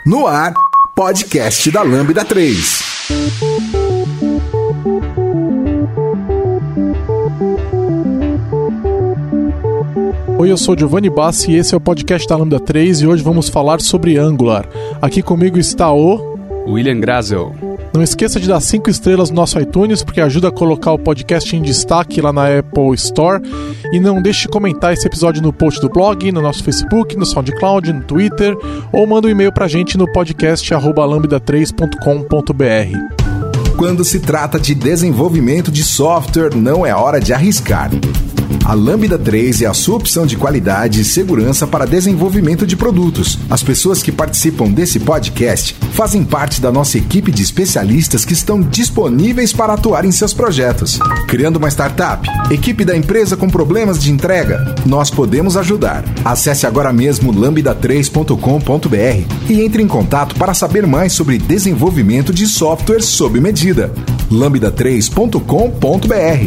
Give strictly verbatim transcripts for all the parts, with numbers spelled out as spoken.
No ar, podcast da Lambda três. Oi, eu sou Giovanni Bassi e esse é o podcast da Lambda três e hoje vamos falar sobre Angular. Aqui comigo está o... William Grazel. Não esqueça de dar cinco estrelas no nosso iTunes, porque ajuda a colocar o podcast em destaque lá na Apple Store. E não deixe de comentar esse episódio no post do blog, no nosso Facebook, no SoundCloud, no Twitter, ou manda um e-mail pra gente no podcast arroba lambda três ponto com ponto b r. Quando se trata de desenvolvimento de software, não é hora de arriscar. A Lambda três é a sua opção de qualidade e segurança para desenvolvimento de produtos. As pessoas que participam desse podcast fazem parte da nossa equipe de especialistas que estão disponíveis para atuar em seus projetos. Criando uma startup? Equipe da empresa com problemas de entrega? Nós podemos ajudar. Acesse agora mesmo lambda três ponto com ponto b r e entre em contato para saber mais sobre desenvolvimento de software sob medida. lambda três ponto com ponto b r.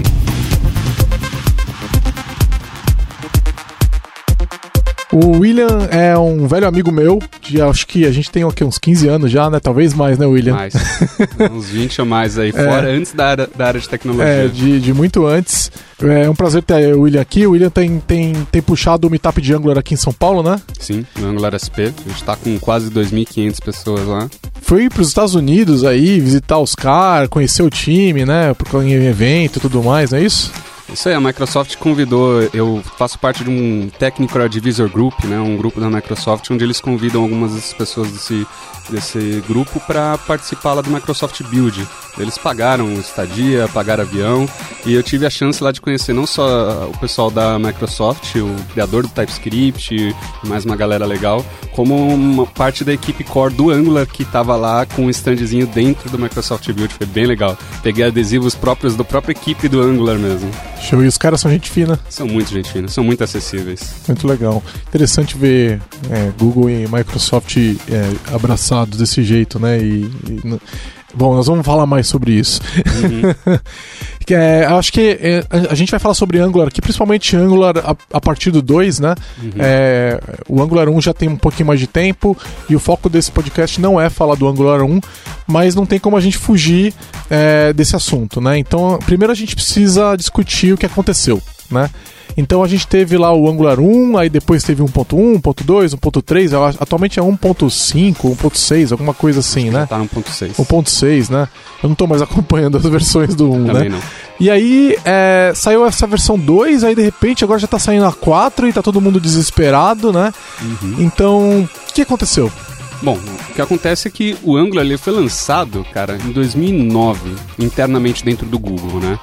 O William é um velho amigo meu, de, acho que a gente tem aqui uns quinze anos já, né? Talvez mais, né, William? Mais, uns vinte ou mais aí, fora, é, antes da área, da área de tecnologia. É, de, de muito antes. É um prazer ter o William aqui. O William tem, tem, tem puxado o Meetup de Angular aqui em São Paulo, né? Sim, no Angular S P. A gente tá com quase dois mil e quinhentas pessoas lá. Foi para os Estados Unidos aí, visitar os caras, conhecer o time, né? Em evento e tudo mais, não é isso? Isso aí, a Microsoft convidou, eu faço parte de um Technical Advisor Group, né, um grupo da Microsoft, onde eles convidam algumas dessas pessoas desse, desse grupo para participar lá do Microsoft Build. Eles pagaram estadia, pagaram avião, e eu tive a chance lá de conhecer não só o pessoal da Microsoft, o criador do TypeScript e mais uma galera legal, como uma parte da equipe core do Angular que estava lá com um standzinho dentro do Microsoft Build. Foi bem legal. Peguei adesivos próprios da própria equipe do Angular mesmo. Show, e os caras são gente fina. São muito gente fina, são muito acessíveis. Muito legal. Interessante ver é, Google e Microsoft é, abraçados desse jeito, né? E, e, bom, nós vamos falar mais sobre isso. Uhum. é, acho que é, a gente vai falar sobre Angular aqui, principalmente Angular a, a partir do dois, né? Uhum. É, o Angular um já tem um pouquinho mais de tempo e o foco desse podcast não é falar do Angular um, mas não tem como a gente fugir é, desse assunto, né? Então, primeiro a gente precisa discutir o que aconteceu, né? Então a gente teve lá o Angular um, aí depois teve um ponto um, um ponto dois, um ponto três, atualmente é um ponto cinco, um ponto seis, alguma coisa assim, né? Tá no um ponto seis. um ponto seis, né? Eu não tô mais acompanhando as versões do um, Também né? Não. E aí é, saiu essa versão dois, aí de repente agora já tá saindo a quatro e tá todo mundo desesperado, né? Uhum. Então, o que aconteceu? Bom, o que acontece é que o Angular ele foi lançado, cara, em dois mil e nove, internamente dentro do Google, né?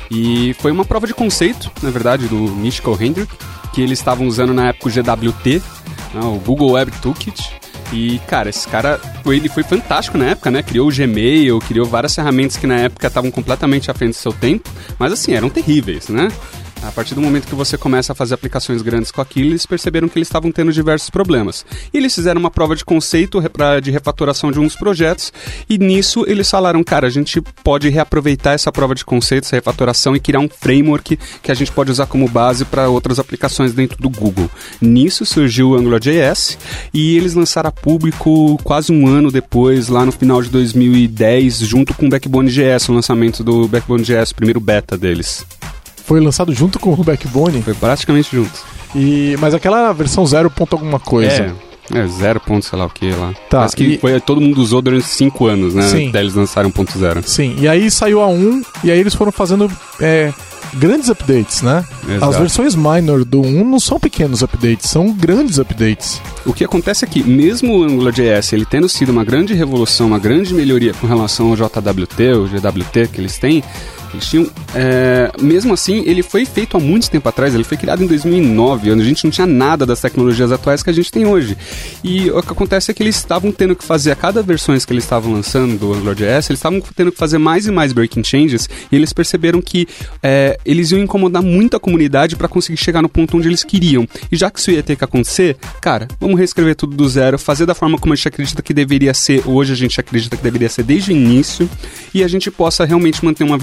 E foi uma prova de conceito, na verdade, do Michael Hendrick, que eles estavam usando na época o G W T, né, o Google Web Toolkit. E, cara, esse cara, ele foi fantástico na época, né? Criou o Gmail, criou várias ferramentas que na época estavam completamente à frente do seu tempo, mas assim, eram terríveis, né? A partir do momento que você começa a fazer aplicações grandes com aquilo, eles perceberam que eles estavam tendo diversos problemas. E eles fizeram uma prova de conceito de refatoração de uns projetos, e nisso eles falaram, cara, a gente pode reaproveitar essa prova de conceito, essa refatoração, e criar um framework que a gente pode usar como base para outras aplicações dentro do Google. Nisso surgiu o AngularJS, e eles lançaram a público quase um ano depois, lá no final de dois mil e dez, junto com o Backbone.js, o lançamento do Backbone.js, o primeiro beta deles. Foi lançado junto com o Backbone? Foi praticamente junto. E, mas aquela versão zero ponto alguma coisa. É, é zero ponto sei lá o que lá. Tá, mas que e... foi, todo mundo usou durante cinco anos, né? Sim. Até eles lançaram um ponto zero. Sim, e aí saiu a um, e aí eles foram fazendo é, grandes updates, né? Exato. As versões minor do um não são pequenos updates, são grandes updates. O que acontece é que, mesmo o AngularJS, ele tendo sido uma grande revolução, uma grande melhoria com relação ao J W T, o G W T que eles têm, eles tinham, é, mesmo assim, ele foi feito há muito tempo atrás, ele foi criado em dois mil e nove, onde a gente não tinha nada das tecnologias atuais que a gente tem hoje. E o que acontece é que eles estavam tendo que fazer, a cada versões que eles estavam lançando do AngularJS, eles estavam tendo que fazer mais e mais breaking changes, e eles perceberam que é, eles iam incomodar muito a comunidade para conseguir chegar no ponto onde eles queriam. E já que isso ia ter que acontecer, cara, vamos reescrever tudo do zero, fazer da forma como a gente acredita que deveria ser, hoje a gente acredita que deveria ser desde o início, e a gente possa realmente manter uma versão de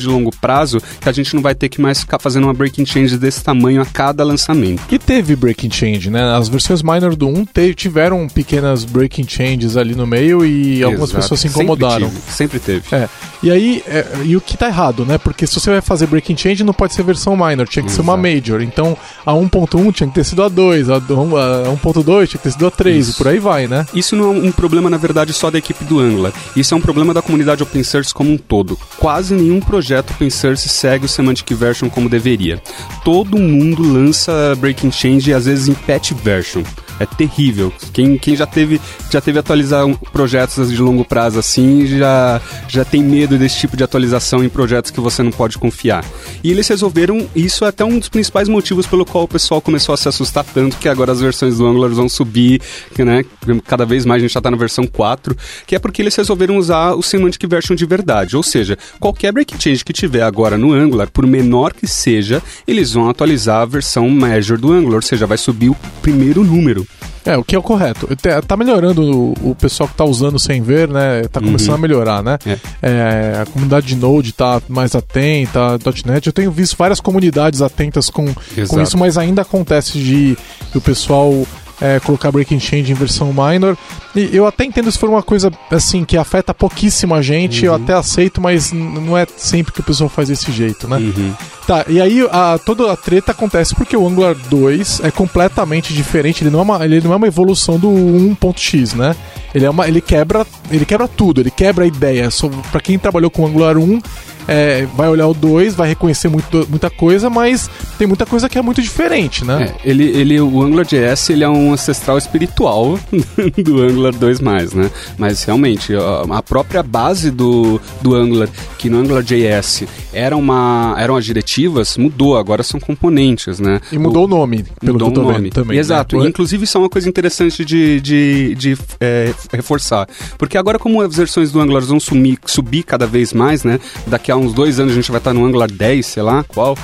de longo prazo que a gente não vai ter que mais ficar fazendo uma breaking change desse tamanho a cada lançamento. E teve breaking change, né? As versões minor do um te- tiveram pequenas breaking changes ali no meio e algumas Exato. pessoas se incomodaram. Sempre teve. Sempre teve. É. E aí, é, e o que tá errado, né? Porque se você vai fazer breaking change, não pode ser versão minor, tinha que Exato. ser uma major. Então, a um ponto um tinha que ter sido a dois, a um ponto dois tinha que ter sido a três, Isso. e por aí vai, né? Isso não é um problema, na verdade, só da equipe do Angular. Isso é um problema da comunidade open source como um todo. Quase nenhum projeto open source segue o semantic version como deveria. Todo mundo lança breaking change, às vezes em patch version. É terrível. Quem, quem já teve já teve atualizar um, projetos de longo prazo assim, já, já tem medo desse tipo de atualização em projetos que você não pode confiar. E eles resolveram, isso é até um dos principais motivos pelo qual o pessoal começou a se assustar tanto, que agora as versões do Angular vão subir, que, né, cada vez mais a gente já está na versão quatro, que é porque eles resolveram usar o semantic version de verdade. Ou seja, qualquer breaking change que tiver agora no Angular, por menor que seja, eles vão atualizar a versão major do Angular, ou seja, vai subir o primeiro número. É, o que é o correto. Tá melhorando o, o pessoal que tá usando sem ver, né? Tá começando uhum. a melhorar, né? É. É, a comunidade de Node tá mais atenta, .NET. Eu tenho visto várias comunidades atentas com, com isso, mas ainda acontece de, de o pessoal... É, colocar breaking change em versão minor. E eu até entendo se for uma coisa assim que afeta pouquíssima gente, uhum. eu até aceito, mas n- não é sempre que o pessoal faz desse jeito, né? Uhum. Tá, e aí a, toda a treta acontece porque o Angular dois é completamente diferente, ele não é uma, ele não é uma evolução do um ponto x, né? Ele, é uma, ele, quebra, ele quebra tudo, ele quebra a ideia. Só, pra quem trabalhou com o Angular um, É, vai olhar o dois, vai reconhecer muito, muita coisa, mas tem muita coisa que é muito diferente, né? É, ele, ele, o AngularJS ele é um ancestral espiritual do Angular dois mais, né? Mas realmente, a, a própria base do, do Angular, que no AngularJS era uma, eram as diretivas, mudou, agora são componentes, né? E mudou o, o nome, pelo mudou que eu tô o nome. vendo também. Exato, né? e, inclusive isso é uma coisa interessante de, de, de é, reforçar, porque agora como as versões do Angular vão sumir, subir cada vez mais, né? Daqui a uns dois anos a gente vai estar no Angular dez, sei lá qual.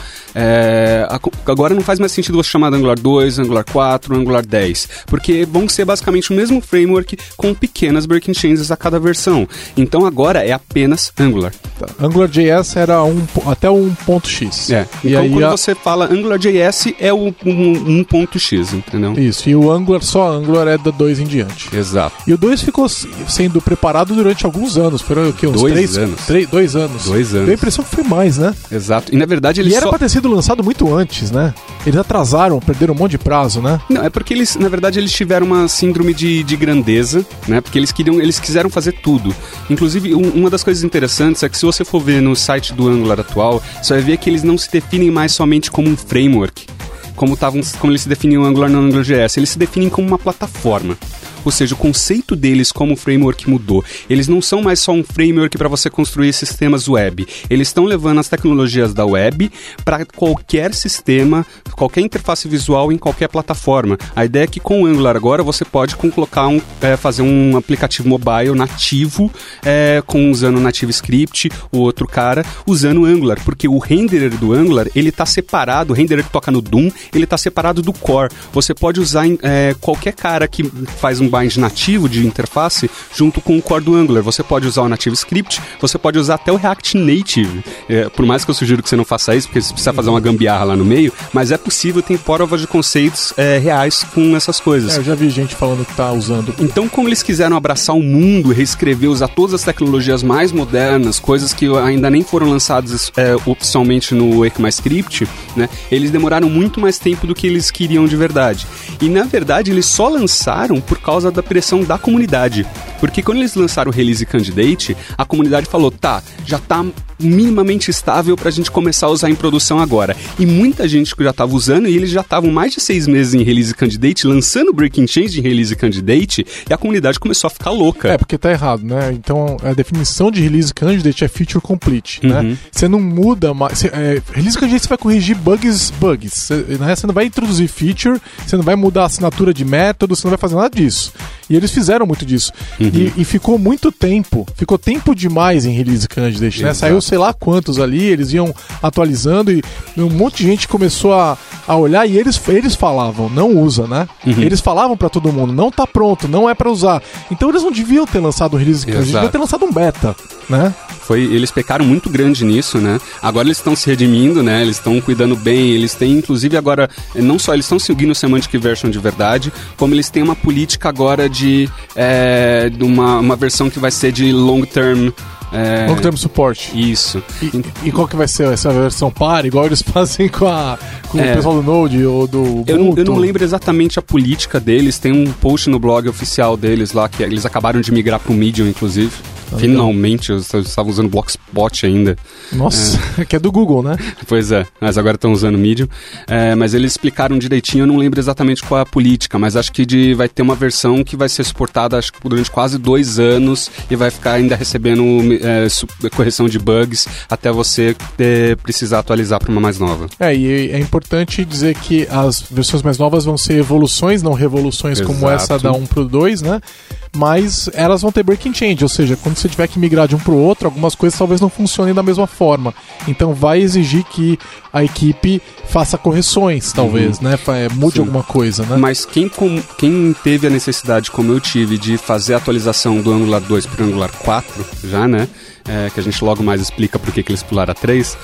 É, agora não faz mais sentido você chamar de Angular dois, Angular quatro, Angular dez, porque vão ser basicamente o mesmo framework com pequenas breaking changes a cada versão. Então agora é apenas Angular. Tá. AngularJS era um, até o um ponto x. É. E então aí quando a... você fala AngularJS é o um ponto x, entendeu? Isso, e o Angular, só Angular é do dois em diante. Exato. E o dois ficou sendo preparado durante alguns anos. Foram o quê? Uns dois três anos. Três, dois anos. Dois anos. Deu a impressão que foi mais, né? Exato. E na verdade eles E era só... pra ter sido lançado muito antes, né? Eles atrasaram, perderam um monte de prazo, né? Não, é porque eles, na verdade, eles tiveram uma síndrome de, de grandeza, né? Porque eles queriam, eles quiseram fazer tudo. Inclusive, um, uma das coisas interessantes é que se você for ver no site do Angular atual, você vai ver que eles não se definem mais somente como um framework, como, tavam, como eles se definiam no Angular no AngularJS. Eles se definem como uma plataforma. Ou seja, o conceito deles como framework mudou. Eles não são mais só um framework para você construir sistemas web. Eles estão levando as tecnologias da web para qualquer sistema, qualquer interface visual em qualquer plataforma. A ideia é que com o Angular agora você pode colocar um, é, fazer um aplicativo mobile nativo, é, com, usando o NativeScript, o outro cara, usando o Angular. Porque o renderer do Angular, ele está separado, o renderer que toca no Doom, ele está separado do core. Você pode usar é, qualquer cara que faz um bind nativo de interface junto com o core do Angular. Você pode usar o NativeScript, você pode usar até o React Native. É, por mais que eu sugiro que você não faça isso, porque você precisa fazer uma gambiarra lá no meio, mas é possível, tem provas de conceitos é, reais com essas coisas. É, eu já vi gente falando que tá usando. Então, como eles quiseram abraçar o mundo, reescrever, usar todas as tecnologias mais modernas, coisas que ainda nem foram lançadas é, oficialmente no ECMAScript, né, eles demoraram muito mais tempo do que eles queriam de verdade. E, na verdade, eles só lançaram por causa da pressão da comunidade. Porque quando eles lançaram o Release Candidate, a comunidade falou, tá, já tá minimamente estável pra gente começar a usar em produção agora. E muita gente que já tava usando, e eles já estavam mais de seis meses em Release Candidate, lançando Breaking Change em Release Candidate, e a comunidade começou a ficar louca. É, porque tá errado, né? Então, a definição de Release Candidate é Feature Complete, Uhum. né? Você não muda mais... Você, é, Release Candidate você vai corrigir bugs, bugs. Você, né? Você não vai introduzir feature, você não vai mudar a assinatura de método, você não vai fazer nada disso. E eles fizeram muito disso. Uhum. E, e ficou muito tempo, ficou tempo demais em Release Candidate, né? Exato. Saiu sei lá quantos ali, eles iam atualizando e um monte de gente começou a, a olhar e eles, eles falavam, não usa, né? Uhum. Eles falavam pra todo mundo, não tá pronto, não é pra usar. Então eles não deviam ter lançado um Release Candidate, Exato. deviam ter lançado um beta, né? Foi, eles pecaram muito grande nisso, né? Agora eles estão se redimindo, né? Eles estão cuidando bem, eles têm, inclusive agora, não só eles estão seguindo o Semantic Version de verdade, como eles têm uma política agora de, é, de uma, uma versão que vai ser de long term. É... Long term support. Isso. E, e qual que vai ser essa versão par, igual eles fazem com, a, com é... o pessoal do Node ou do Ubuntu? Eu não, eu não lembro exatamente a política deles, tem um post no blog oficial deles lá, que eles acabaram de migrar pro Medium, inclusive. Ah, finalmente, eu estava usando Blogspot ainda. Nossa, é. que é do Google, né? Pois é, mas agora estão usando Medium. É, mas eles explicaram direitinho, eu não lembro exatamente qual é a política, mas acho que de, vai ter uma versão que vai ser suportada acho, durante quase dois anos e vai ficar ainda recebendo é, su- correção de bugs até você é, precisar atualizar para uma mais nova. É, e é importante dizer que as versões mais novas vão ser evoluções, não revoluções. Exato. Como essa da um pro dois, né? Mas elas vão ter breaking change, ou seja, quando você tiver que migrar de um para o outro, algumas coisas talvez não funcionem da mesma forma. Então vai exigir que a equipe faça correções, talvez, uhum. né? Mude Sim. alguma coisa, né? Mas quem, com, quem teve a necessidade, como eu tive, de fazer a atualização do Angular dois para o Angular quatro, já, né? É, que a gente logo mais explica por que eles pularam a três,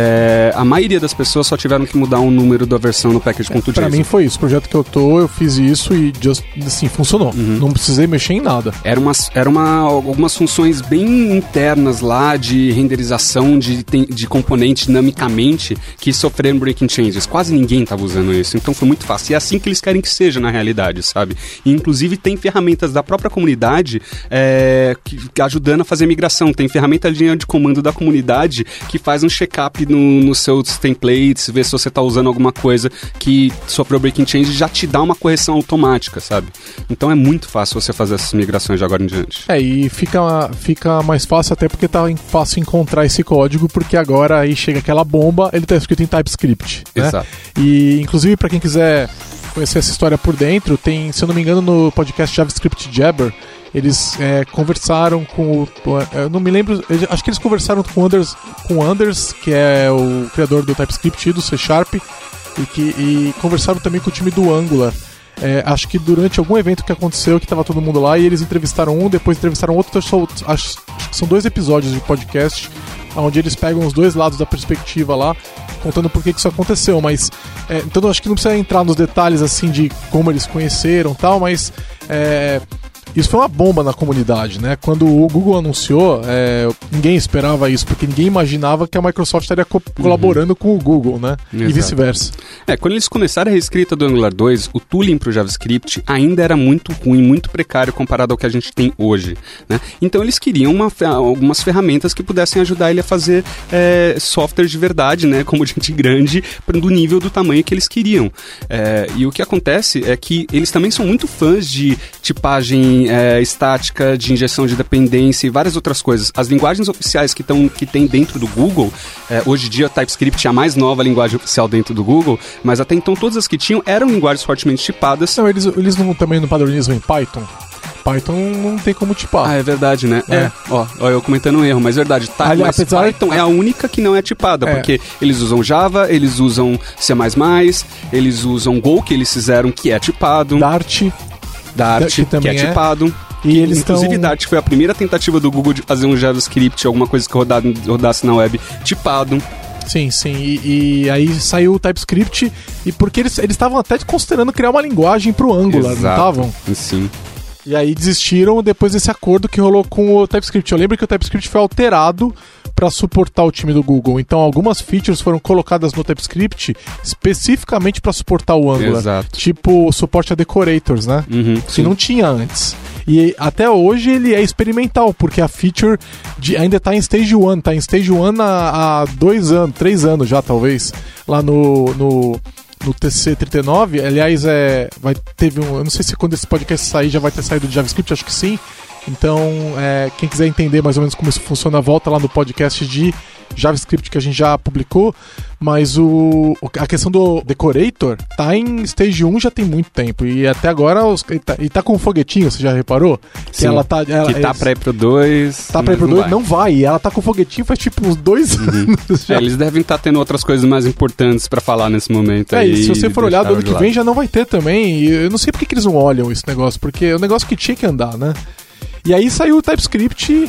é, a maioria das pessoas só tiveram que mudar um número da versão no package.json. Pra mim foi isso, o projeto que eu tô, eu fiz isso e just, assim, funcionou. Uhum. Não precisei mexer em nada. Era, umas, era uma, algumas funções bem internas lá de renderização de, de componente dinamicamente que sofreram breaking changes. Quase ninguém estava usando isso, então foi muito fácil. E é assim que eles querem que seja na realidade, sabe? E inclusive tem ferramentas da própria comunidade é, que, que ajudando a fazer migração. Tem ferramentas ferramenta de linha de comando da comunidade que faz um check-up no, nos seus templates, ver se você está usando alguma coisa que sofreu breaking change e já te dá uma correção automática, sabe? Então é muito fácil você fazer essas migrações de agora em diante. É, e fica, fica mais fácil até porque tá fácil encontrar esse código, porque agora aí chega aquela bomba, ele está escrito em TypeScript, né? Exato. E inclusive para quem quiser conhecer essa história por dentro, tem, se eu não me engano, no podcast JavaScript Jabber, eles é, conversaram com o... Eu não me lembro... Acho que eles conversaram com o Anders, com o Anders, que é o criador do TypeScript e do C Sharp, e, que, e conversaram também com o time do Angular. É, acho que durante algum evento que aconteceu, que estava todo mundo lá, e eles entrevistaram um, depois entrevistaram outro. Acho, acho que são dois episódios de podcast, onde eles pegam os dois lados da perspectiva lá, contando por que que isso aconteceu. Mas, é, então acho que não precisa entrar nos detalhes assim de como eles conheceram e tal, mas... É, isso foi uma bomba na comunidade, né? Quando o Google anunciou, é, ninguém esperava isso, porque ninguém imaginava que a Microsoft estaria co- uhum. colaborando com o Google, né? Exato. E vice-versa. É, quando eles começaram a reescrita do Angular dois, o tooling para o JavaScript ainda era muito ruim, muito precário comparado ao que a gente tem hoje, né? Então eles queriam uma, algumas ferramentas que pudessem ajudar ele a fazer é, software de verdade, né? Como gente grande, do nível, do tamanho que eles queriam. É, e o que acontece é que eles também são muito fãs de tipagem É, estática, de injeção de dependência e várias outras coisas. As linguagens oficiais que, tão, que tem dentro do Google, é, hoje em dia TypeScript é a mais nova linguagem oficial dentro do Google, mas até então todas as que tinham eram linguagens fortemente tipadas. Não, eles, eles não, também não padronizam em Python? Python não tem como tipar. Ah, é verdade, né? É. é. Ó, ó, eu comentando um erro, mas é verdade. Tá, Ali, mas apesar... Python é a única que não é tipada, é. porque eles usam Java, eles usam C mais mais, eles usam Go, que eles fizeram, que é tipado. Dart. Dart, que, que é, é tipado. E eles Inclusive, tão... Dart foi a primeira tentativa do Google de fazer um JavaScript, alguma coisa que rodasse, rodasse na web, tipado. Sim, sim. E, e aí saiu o TypeScript, e porque eles estavam até considerando criar uma linguagem pro Angular, Exato. Não estavam? Sim. E aí desistiram depois desse acordo que rolou com o TypeScript. Eu lembro que o TypeScript foi alterado para suportar o time do Google. Então algumas features foram colocadas no TypeScript especificamente para suportar o Angular. Exato. Tipo o suporte a decorators, né? Uhum, que não tinha antes. E até hoje ele é experimental, porque a feature de, ainda está em Stage um, está em Stage um há, há dois anos, três anos já talvez, lá no... no no T C trinta e nove, aliás, é, vai, teve um, eu não sei se quando esse podcast sair já vai ter saído de JavaScript, acho que sim. Então, é, quem quiser entender mais ou menos como isso funciona, volta lá no podcast de JavaScript que a gente já publicou. Mas o, a questão do decorator tá em Stage um já tem muito tempo. E até agora, os, e, tá, e tá com um foguetinho, você já reparou? Sim, que ela tá, ela, que tá pra ir pro dois. Tá pra ir pro dois, não vai. E ela tá com foguetinho faz tipo uns dois uhum. anos já. É, eles devem estar tá tendo outras coisas mais importantes pra falar nesse momento. É, aí, e se você for olhar do ano que vem já não vai ter também. E eu não sei porque que eles não olham esse negócio, porque é um negócio que tinha que andar, né? E aí saiu o TypeScript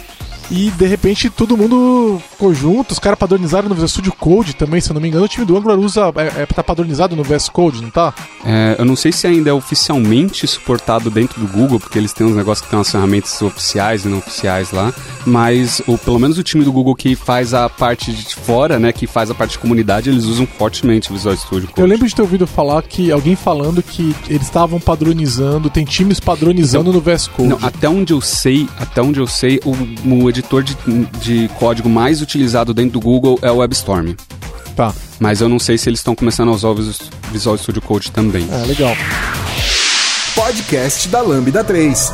e de repente todo mundo ficou junto, os caras padronizaram no Visual Studio Code também, se eu não me engano, o time do Angular usa, é, é, tá padronizado no V S Code, não tá? É, eu não sei se ainda é oficialmente suportado dentro do Google, porque eles têm uns negócios que tem umas ferramentas oficiais e não oficiais lá, mas o, pelo menos o time do Google que faz a parte de fora, né, que faz a parte de comunidade, eles usam fortemente o Visual Studio Code. Eu lembro de ter ouvido falar que alguém falando que eles estavam padronizando, tem times padronizando então, no V S Code. Não, até onde eu sei, até onde eu sei, o, o editor de, de código mais utilizado dentro do Google é o WebStorm. Tá. Mas eu não sei se eles estão começando a usar o Visual Studio Code também. É, legal. Podcast da Lambda três.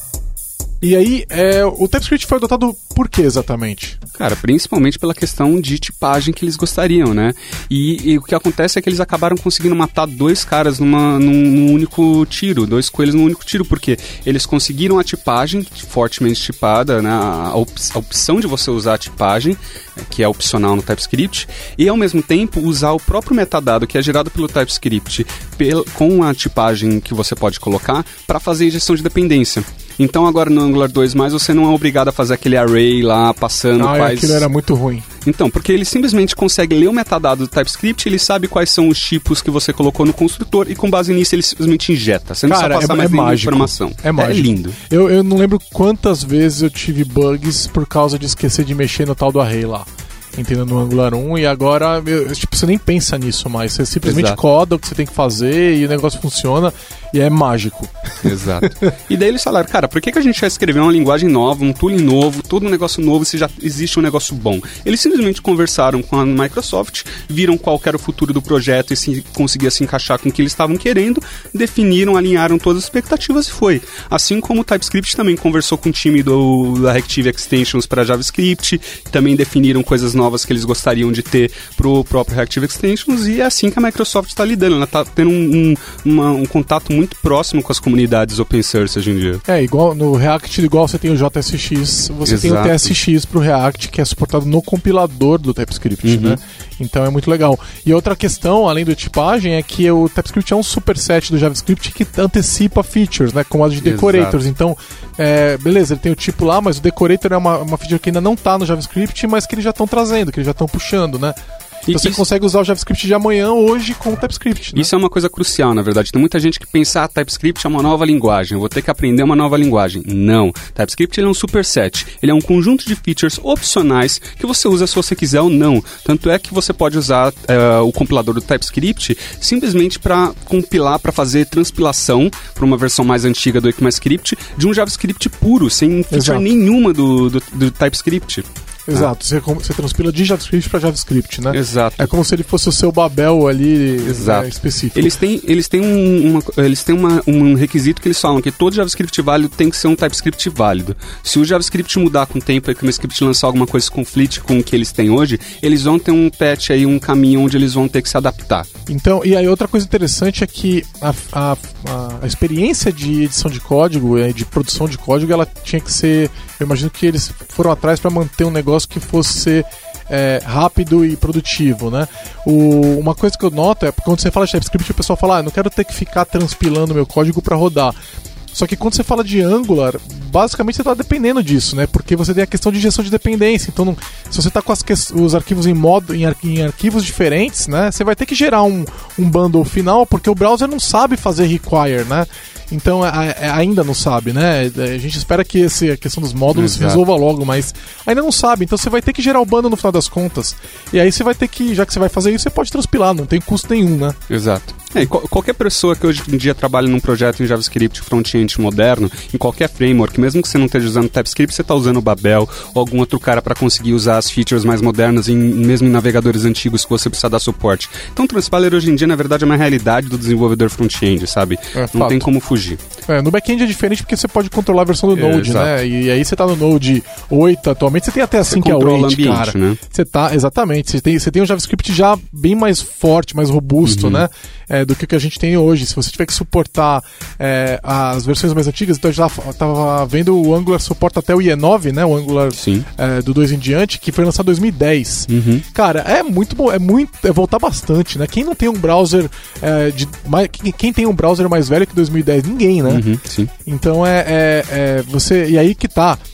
E aí, é, o TypeScript foi adotado por que exatamente? Cara, principalmente pela questão de tipagem que eles gostariam, né? E, e o que acontece é que eles acabaram conseguindo matar dois caras numa, num, num único tiro, dois coelhos num único tiro, porque eles conseguiram a tipagem fortemente tipada, né? A, op- a opção de você usar a tipagem, que é opcional no TypeScript, e ao mesmo tempo usar o próprio metadado que é gerado pelo TypeScript pel- com a tipagem que você pode colocar para fazer injeção de dependência. Então agora no Angular dois mais você não é obrigado a fazer aquele array lá, passando ah, quais... aquilo era muito ruim. Então, porque ele simplesmente consegue ler o metadado do TypeScript, ele sabe quais são os tipos que você colocou no construtor e com base nisso ele simplesmente injeta. Você não Cara, precisa passar é, mais é nenhuma mágico. informação. É mágico. É lindo. Eu, eu não lembro quantas vezes eu tive bugs por causa de esquecer de mexer no tal do array lá. Entendeu? No Angular um, e agora eu, tipo, você nem pensa nisso mais. Você simplesmente Exato. coda o que você tem que fazer e o negócio funciona e é mágico. Exato. E daí eles falaram, cara, por que, que a gente vai escrever uma linguagem nova, um tooling novo, todo um negócio novo se já existe um negócio bom? Eles simplesmente conversaram com a Microsoft, viram qual era o futuro do projeto e se conseguia se encaixar com o que eles estavam querendo, definiram, alinharam todas as expectativas e foi. Assim como o TypeScript também conversou com o time do, da Reactive Extensions para JavaScript, também definiram coisas novas novas que eles gostariam de ter pro próprio Reactive Extensions, e é assim que a Microsoft está lidando. Ela está tendo um, um, uma, um contato muito próximo com as comunidades open source hoje em dia. É, igual no React, igual você tem o J S X, você Exato. tem o T S X pro React, que é suportado no compilador do TypeScript, uhum. né? Então é muito legal. E outra questão, além do tipagem, é que o TypeScript é um superset do JavaScript que antecipa features, né? Como a de decorators. Exato. Então, é, beleza, ele tem o tipo lá, mas o decorator é uma, uma feature que ainda não está no JavaScript, mas que eles já estão trazendo, que eles já estão puxando, né? Então você isso... consegue usar o JavaScript de amanhã hoje com o TypeScript, né? Isso é uma coisa crucial, na verdade. Tem muita gente que pensa, ah, TypeScript é uma nova linguagem, eu vou ter que aprender uma nova linguagem. Não. TypeScript ele é um superset. Ele é um conjunto de features opcionais que você usa se você quiser ou não. Tanto é que você pode usar uh, o compilador do TypeScript simplesmente para compilar, para fazer transpilação para uma versão mais antiga do ECMAScript de um JavaScript puro, sem feature Exato. nenhuma do, do, do TypeScript. Exato, ah. você, você transpila de JavaScript para JavaScript, né? Exato. É como se ele fosse o seu Babel ali, né, específico. Eles têm, eles têm, um, uma, eles têm uma, um requisito que eles falam que todo JavaScript válido tem que ser um TypeScript válido. Se o JavaScript mudar com o tempo e que o script lançar alguma coisa que conflite com o que eles têm hoje, eles vão ter um patch aí, um caminho onde eles vão ter que se adaptar. Então, e aí outra coisa interessante é que a, a, a experiência de edição de código, de produção de código, ela tinha que ser, eu imagino que eles foram atrás para manter um negócio que fosse ser é, rápido e produtivo, né? O, uma coisa que eu noto é que quando você fala de TypeScript, o pessoal fala, ah, não quero ter que ficar transpilando meu código para rodar. Só que quando você fala de Angular, basicamente você está dependendo disso, né? Porque você tem a questão de injeção de dependência. Então, não, se você está com as que, os arquivos em, modo, em, ar, em arquivos diferentes, né? Você vai ter que gerar um, um bundle final, porque o browser não sabe fazer require, né? Então, a, a, ainda não sabe, né? A gente espera que esse, a questão dos módulos se resolva logo, mas ainda não sabe. Então, você vai ter que gerar o bundle no final das contas. E aí, você vai ter que, já que você vai fazer isso, você pode transpilar, não tem custo nenhum, né? Exato. É, e qual, qualquer pessoa que hoje em dia trabalha num projeto em JavaScript front-end moderno, em qualquer framework, mesmo que você não esteja usando TypeScript, você está usando o Babel ou algum outro cara para conseguir usar as features mais modernas, em, mesmo em navegadores antigos que você precisa dar suporte. Então, o Transpiler hoje em dia, na verdade, é uma realidade do desenvolvedor front-end, sabe? É, não fato. Tem como fugir. É, no back-end é diferente porque você pode controlar a versão do é, Node, exato. Né? E aí você tá no Node oito atualmente, você tem até assim que é o oito, ambiente, cara. Né? Você tá, exatamente, você tem, você tem um JavaScript já bem mais forte, mais robusto, uhum. né? É, do que o que a gente tem hoje. Se você tiver que suportar é, as versões mais antigas, então eu já tava vendo o Angular suporta até o I E nove, né? O Angular é, do dois em diante, que foi lançado em dois mil e dez. Uhum. Cara, é muito bom, é muito, é voltar bastante, né? Quem não tem um browser é, de, mais, quem tem um browser mais velho que dois mil e dez? Ninguém, né? Uhum, sim. Então é, é, é você, e aí que tá.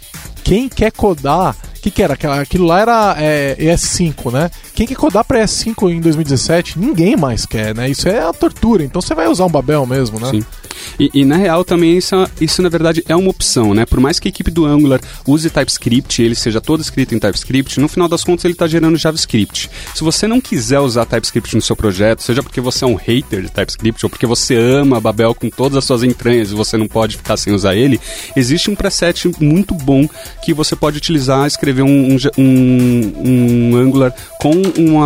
quem quer codar... O que, que era? Aquilo lá era é, E S cinco, né? Quem quer codar para E S cinco em dois mil e dezessete? Ninguém mais quer, né? Isso é a tortura. Então você vai usar um Babel mesmo, né? Sim. E, e na real também isso, isso na verdade é uma opção, né? Por mais que a equipe do Angular use TypeScript, ele seja todo escrito em TypeScript, no final das contas ele está gerando JavaScript. Se você não quiser usar TypeScript no seu projeto, seja porque você é um hater de TypeScript ou porque você ama Babel com todas as suas entranhas e você não pode ficar sem usar ele, existe um preset muito bom que você pode utilizar, escrever um, um, um Angular com uma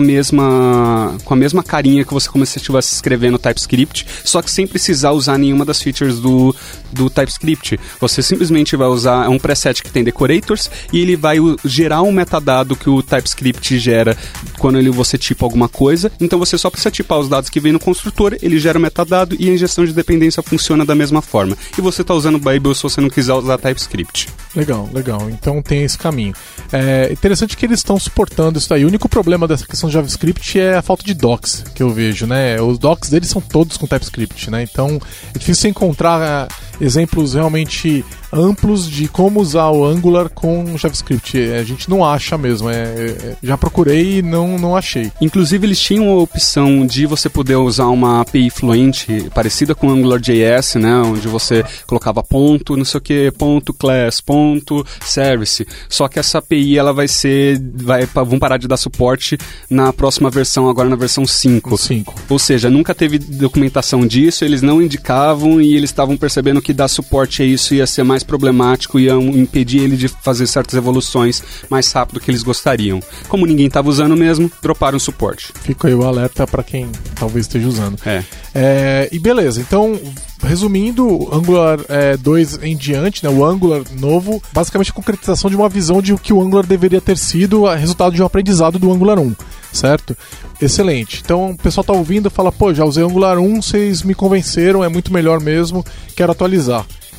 mesma com a mesma carinha que você como se estivesse escrevendo TypeScript, só que sem precisar usar nenhuma das features do, do TypeScript. Você simplesmente vai usar um preset que tem decorators e ele vai u- gerar um metadado que o TypeScript gera quando ele, você tipa alguma coisa. Então você só precisa tipar os dados que vem no construtor, ele gera o metadado e a injeção de dependência funciona da mesma forma. E você está usando Babel se você não quiser usar TypeScript. Legal, legal. Então tem esse caminho. É interessante que eles estão suportando isso daí. O único problema dessa questão de JavaScript é a falta de docs que eu vejo, né? Os docs deles são todos com TypeScript, né? Então é difícil você encontrar uh, exemplos realmente amplos de como usar o Angular com JavaScript. A gente não acha mesmo. É, é, já procurei e não, não achei. Inclusive, eles tinham a opção de você poder usar uma A P I fluente parecida com o AngularJS, né? Onde você colocava ponto, não sei o que, ponto class, ponto service. Só que essa A P I, ela vai ser... Vai, vão parar de dar suporte na próxima versão, agora na versão cinco. cinco. Ou seja, nunca teve documentação disso, eles não indicavam e eles estavam percebendo que dar suporte a isso ia ser mais problemático, ia impedir ele de fazer certas evoluções mais rápido que eles gostariam. Como ninguém estava usando mesmo, droparam o suporte. Fica aí o alerta para quem talvez esteja usando. É. É, e beleza, então, resumindo, Angular é, dois em diante, né, o Angular novo, basicamente a concretização de uma visão de o que o Angular deveria ter sido, resultado de um aprendizado do Angular um, certo? Excelente. Então o pessoal tá ouvindo e fala, pô, já usei Angular um, vocês me convenceram, é muito melhor mesmo, quero atualizar.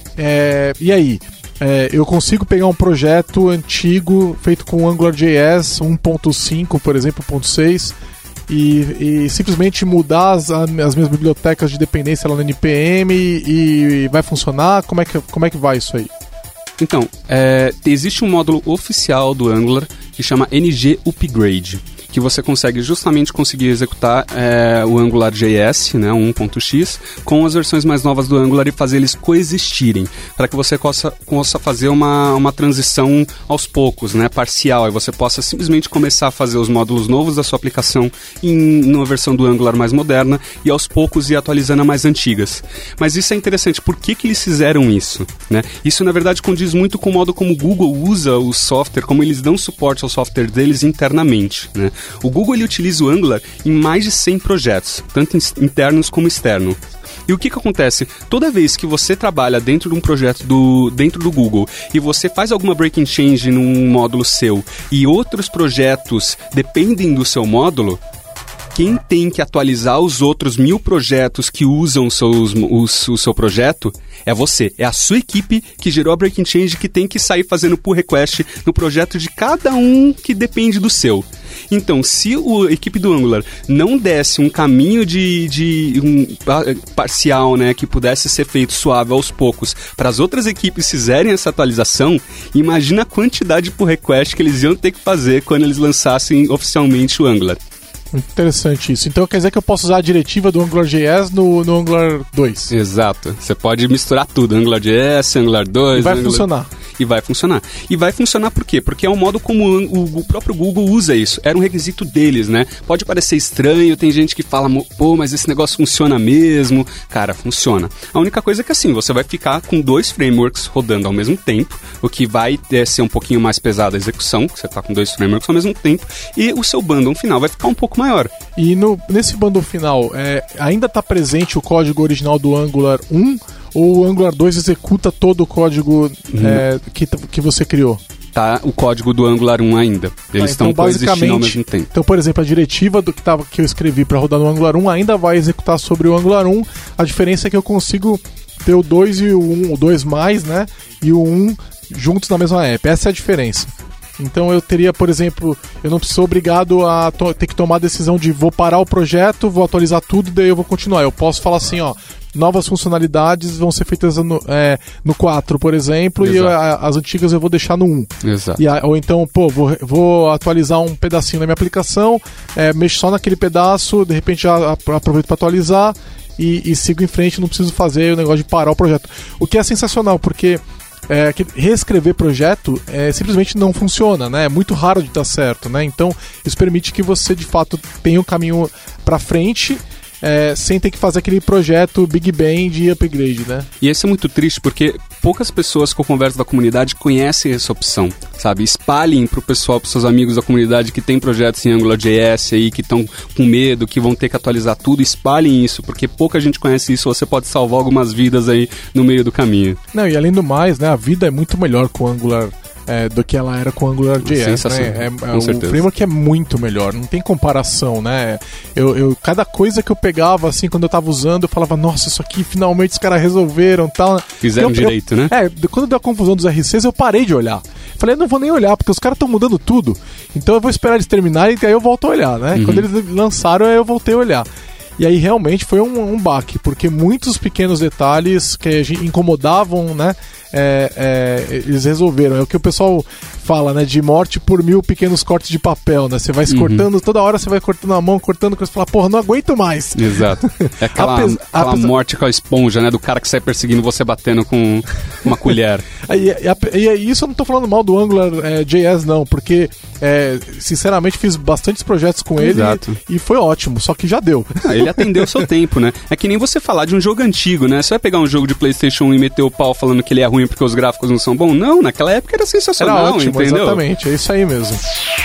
É, e aí? É, eu consigo pegar um projeto antigo feito com AngularJS um ponto cinco, por exemplo, um ponto seis, e, e simplesmente mudar as, as minhas bibliotecas de dependência lá no N P M e, e vai funcionar? Como é que, como é que vai isso aí? Então, é, existe um módulo oficial do Angular que chama N G Upgrade, que você consegue justamente conseguir executar é, o AngularJS, né, um ponto x, com as versões mais novas do Angular e fazer eles coexistirem, para que você possa, possa fazer uma, uma transição aos poucos, né, parcial, e você possa simplesmente começar a fazer os módulos novos da sua aplicação em uma versão do Angular mais moderna e aos poucos ir atualizando as mais antigas. Mas isso é interessante, por que que eles fizeram isso? Né? Isso, na verdade, condiz muito com o modo como o Google usa o software, como eles dão suporte ao software deles internamente, né? O Google ele utiliza o Angular em mais de cem projetos, tanto internos como externos. E o que que acontece? Toda vez que você trabalha dentro de um projeto do, dentro do Google e você faz alguma breaking change num módulo seu e outros projetos dependem do seu módulo, quem tem que atualizar os outros mil projetos que usam seus, os, o seu projeto é você. É a sua equipe que gerou a breaking change que tem que sair fazendo pull request no projeto de cada um que depende do seu. Então, se a equipe do Angular não desse um caminho de, de um, parcial, né, que pudesse ser feito suave aos poucos para as outras equipes fizerem essa atualização, imagina a quantidade de pull request que eles iam ter que fazer quando eles lançassem oficialmente o Angular. Muito interessante isso. Então quer dizer que eu posso usar a diretiva do AngularJS no, no Angular dois? Exato. Você pode misturar tudo. AngularJS, Angular dois... E vai Angular... funcionar. E vai funcionar. E vai funcionar por quê? Porque é um modo como o, o próprio Google usa isso. Era um requisito deles, né? Pode parecer estranho, tem gente que fala, pô, mas esse negócio funciona mesmo. Cara, funciona. A única coisa é que assim, você vai ficar com dois frameworks rodando ao mesmo tempo, o que vai é, ser um pouquinho mais pesado a execução, você tá com dois frameworks ao mesmo tempo, e o seu bundle final vai ficar um pouco maior. E no, nesse bundle final, é, ainda está presente o código original do Angular um, ou o Angular dois executa todo o código uhum. é, que, que você criou? Tá o código do Angular um ainda. Eles ah, estão então, coexistindo ao mesmo tempo. Então, por exemplo, a diretiva do que, tava, que eu escrevi para rodar no Angular um ainda vai executar sobre o Angular um. A diferença é que eu consigo ter o dois e o um, o dois mais, né? E o um juntos na mesma app. Essa é a diferença. Então eu teria, por exemplo, eu não sou obrigado a to- ter que tomar a decisão de vou parar o projeto, vou atualizar tudo e daí eu vou continuar. Eu posso falar assim, ó, novas funcionalidades vão ser feitas no, é, no quatro, por exemplo, Exato. e a, as antigas eu vou deixar no um. Exato. E a, ou então, pô, vou, vou atualizar um pedacinho na minha aplicação, é, mexo só naquele pedaço, de repente já aproveito para atualizar e, e sigo em frente, não preciso fazer o negócio de parar o projeto. O que é sensacional, porque é, que reescrever projeto é, simplesmente não funciona, né? É muito raro de dar certo, né? Então, isso permite que você, de fato, tenha um caminho para frente, É, sem ter que fazer aquele projeto Big Bang de upgrade, né? E esse é muito triste porque poucas pessoas que eu converso da comunidade conhecem essa opção, sabe? Espalhem pro pessoal, pros seus amigos da comunidade que tem projetos em AngularJS aí, que estão com medo, que vão ter que atualizar tudo, espalhem isso, porque pouca gente conhece isso, você pode salvar algumas vidas aí no meio do caminho. Não, e além do mais, né, a vida é muito melhor com o Angular É, do que ela era com AngularJS, né? É, é, com o certeza. framework é muito melhor, não tem comparação, né? Eu, eu, cada coisa que eu pegava, assim, quando eu tava usando, eu falava, nossa, isso aqui finalmente os caras resolveram, tal. Fizeram eu, direito, eu, né? É, quando deu a confusão dos R Cs, eu parei de olhar. Falei, eu não vou nem olhar, porque os caras estão mudando tudo. Então eu vou esperar eles terminarem e aí eu volto a olhar, né? Uhum. Quando eles lançaram, aí eu voltei a olhar. E aí realmente foi um, um baque, porque muitos pequenos detalhes que incomodavam, né? É, é, eles resolveram. É o que o pessoal fala, né? De morte por mil pequenos cortes de papel, né? Você vai se uhum. cortando, toda hora você vai cortando a mão, cortando, você fala, porra, não aguento mais. Exato. É aquela, Apes, aquela apes... morte com a esponja, né? Do cara que sai perseguindo você batendo com uma colher. E, e, e isso eu não tô falando mal do AngularJS, é, não, porque é, sinceramente fiz bastantes projetos com ele e, e foi ótimo, só que já deu. Ah, ele atendeu o seu tempo, né? É que nem você falar de um jogo antigo, né? Você vai pegar um jogo de PlayStation um e meter o pau falando que ele é ruim porque os gráficos não são bons? Não, naquela época era sensacional, era ótimo, entendeu? Exatamente, é isso aí mesmo.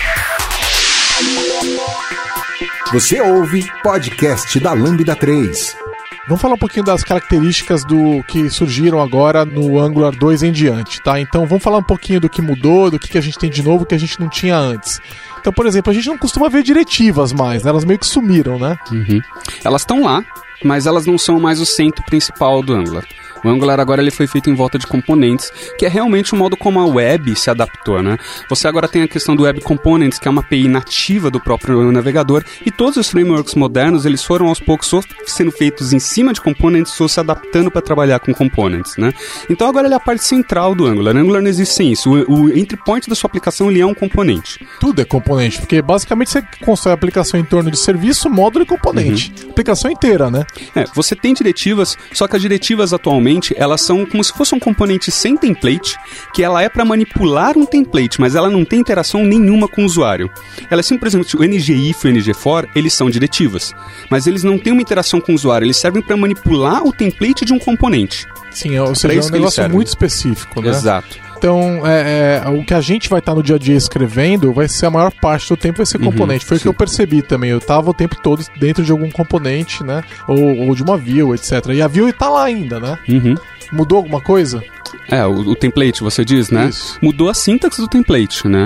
Você ouve podcast da Lambda três. Vamos falar um pouquinho das características do que surgiram agora no Angular dois em diante, tá? Então vamos falar um pouquinho do que mudou, do que a gente tem de novo que a gente não tinha antes. Então, por exemplo, a gente não costuma ver diretivas mais, né? Elas meio que sumiram, né? Uhum. Elas estão lá, mas elas não são mais o centro principal do Angular. O Angular agora ele foi feito em volta de componentes, que é realmente o modo como a web se adaptou, né? Você agora tem a questão do Web Components, que é uma A P I nativa do próprio navegador, e todos os frameworks modernos, eles foram aos poucos ou sendo feitos em cima de components ou se adaptando para trabalhar com components, né? Então agora ele é a parte central do Angular. No Angular não existe sem isso. O, o entry point da sua aplicação ele é um componente. Tudo é componente, porque basicamente você constrói a aplicação em torno de serviço, módulo e componente. Uhum. Aplicação inteira, né? É, você tem diretivas, só que as diretivas atualmente elas são como se fosse um componente sem template, que ela é para manipular um template, mas ela não tem interação nenhuma com o usuário. Ela é simplesmente, o N G I F e o N G for, eles são diretivas, mas eles não têm uma interação com o usuário, eles servem para manipular o template de um componente. Sim, ou seja, é um negócio muito específico, né? Exato. Então, é, é, o que a gente vai estar tá no dia a dia escrevendo vai ser a maior parte do tempo vai ser componente. Uhum, Foi sim. o que eu percebi também. Eu estava o tempo todo dentro de algum componente, né? Ou, ou de uma view, etcétera. E a view está lá ainda, né? Uhum. Mudou alguma coisa? É, o, o template, você diz, né? Isso. Mudou a sintaxe do template, né?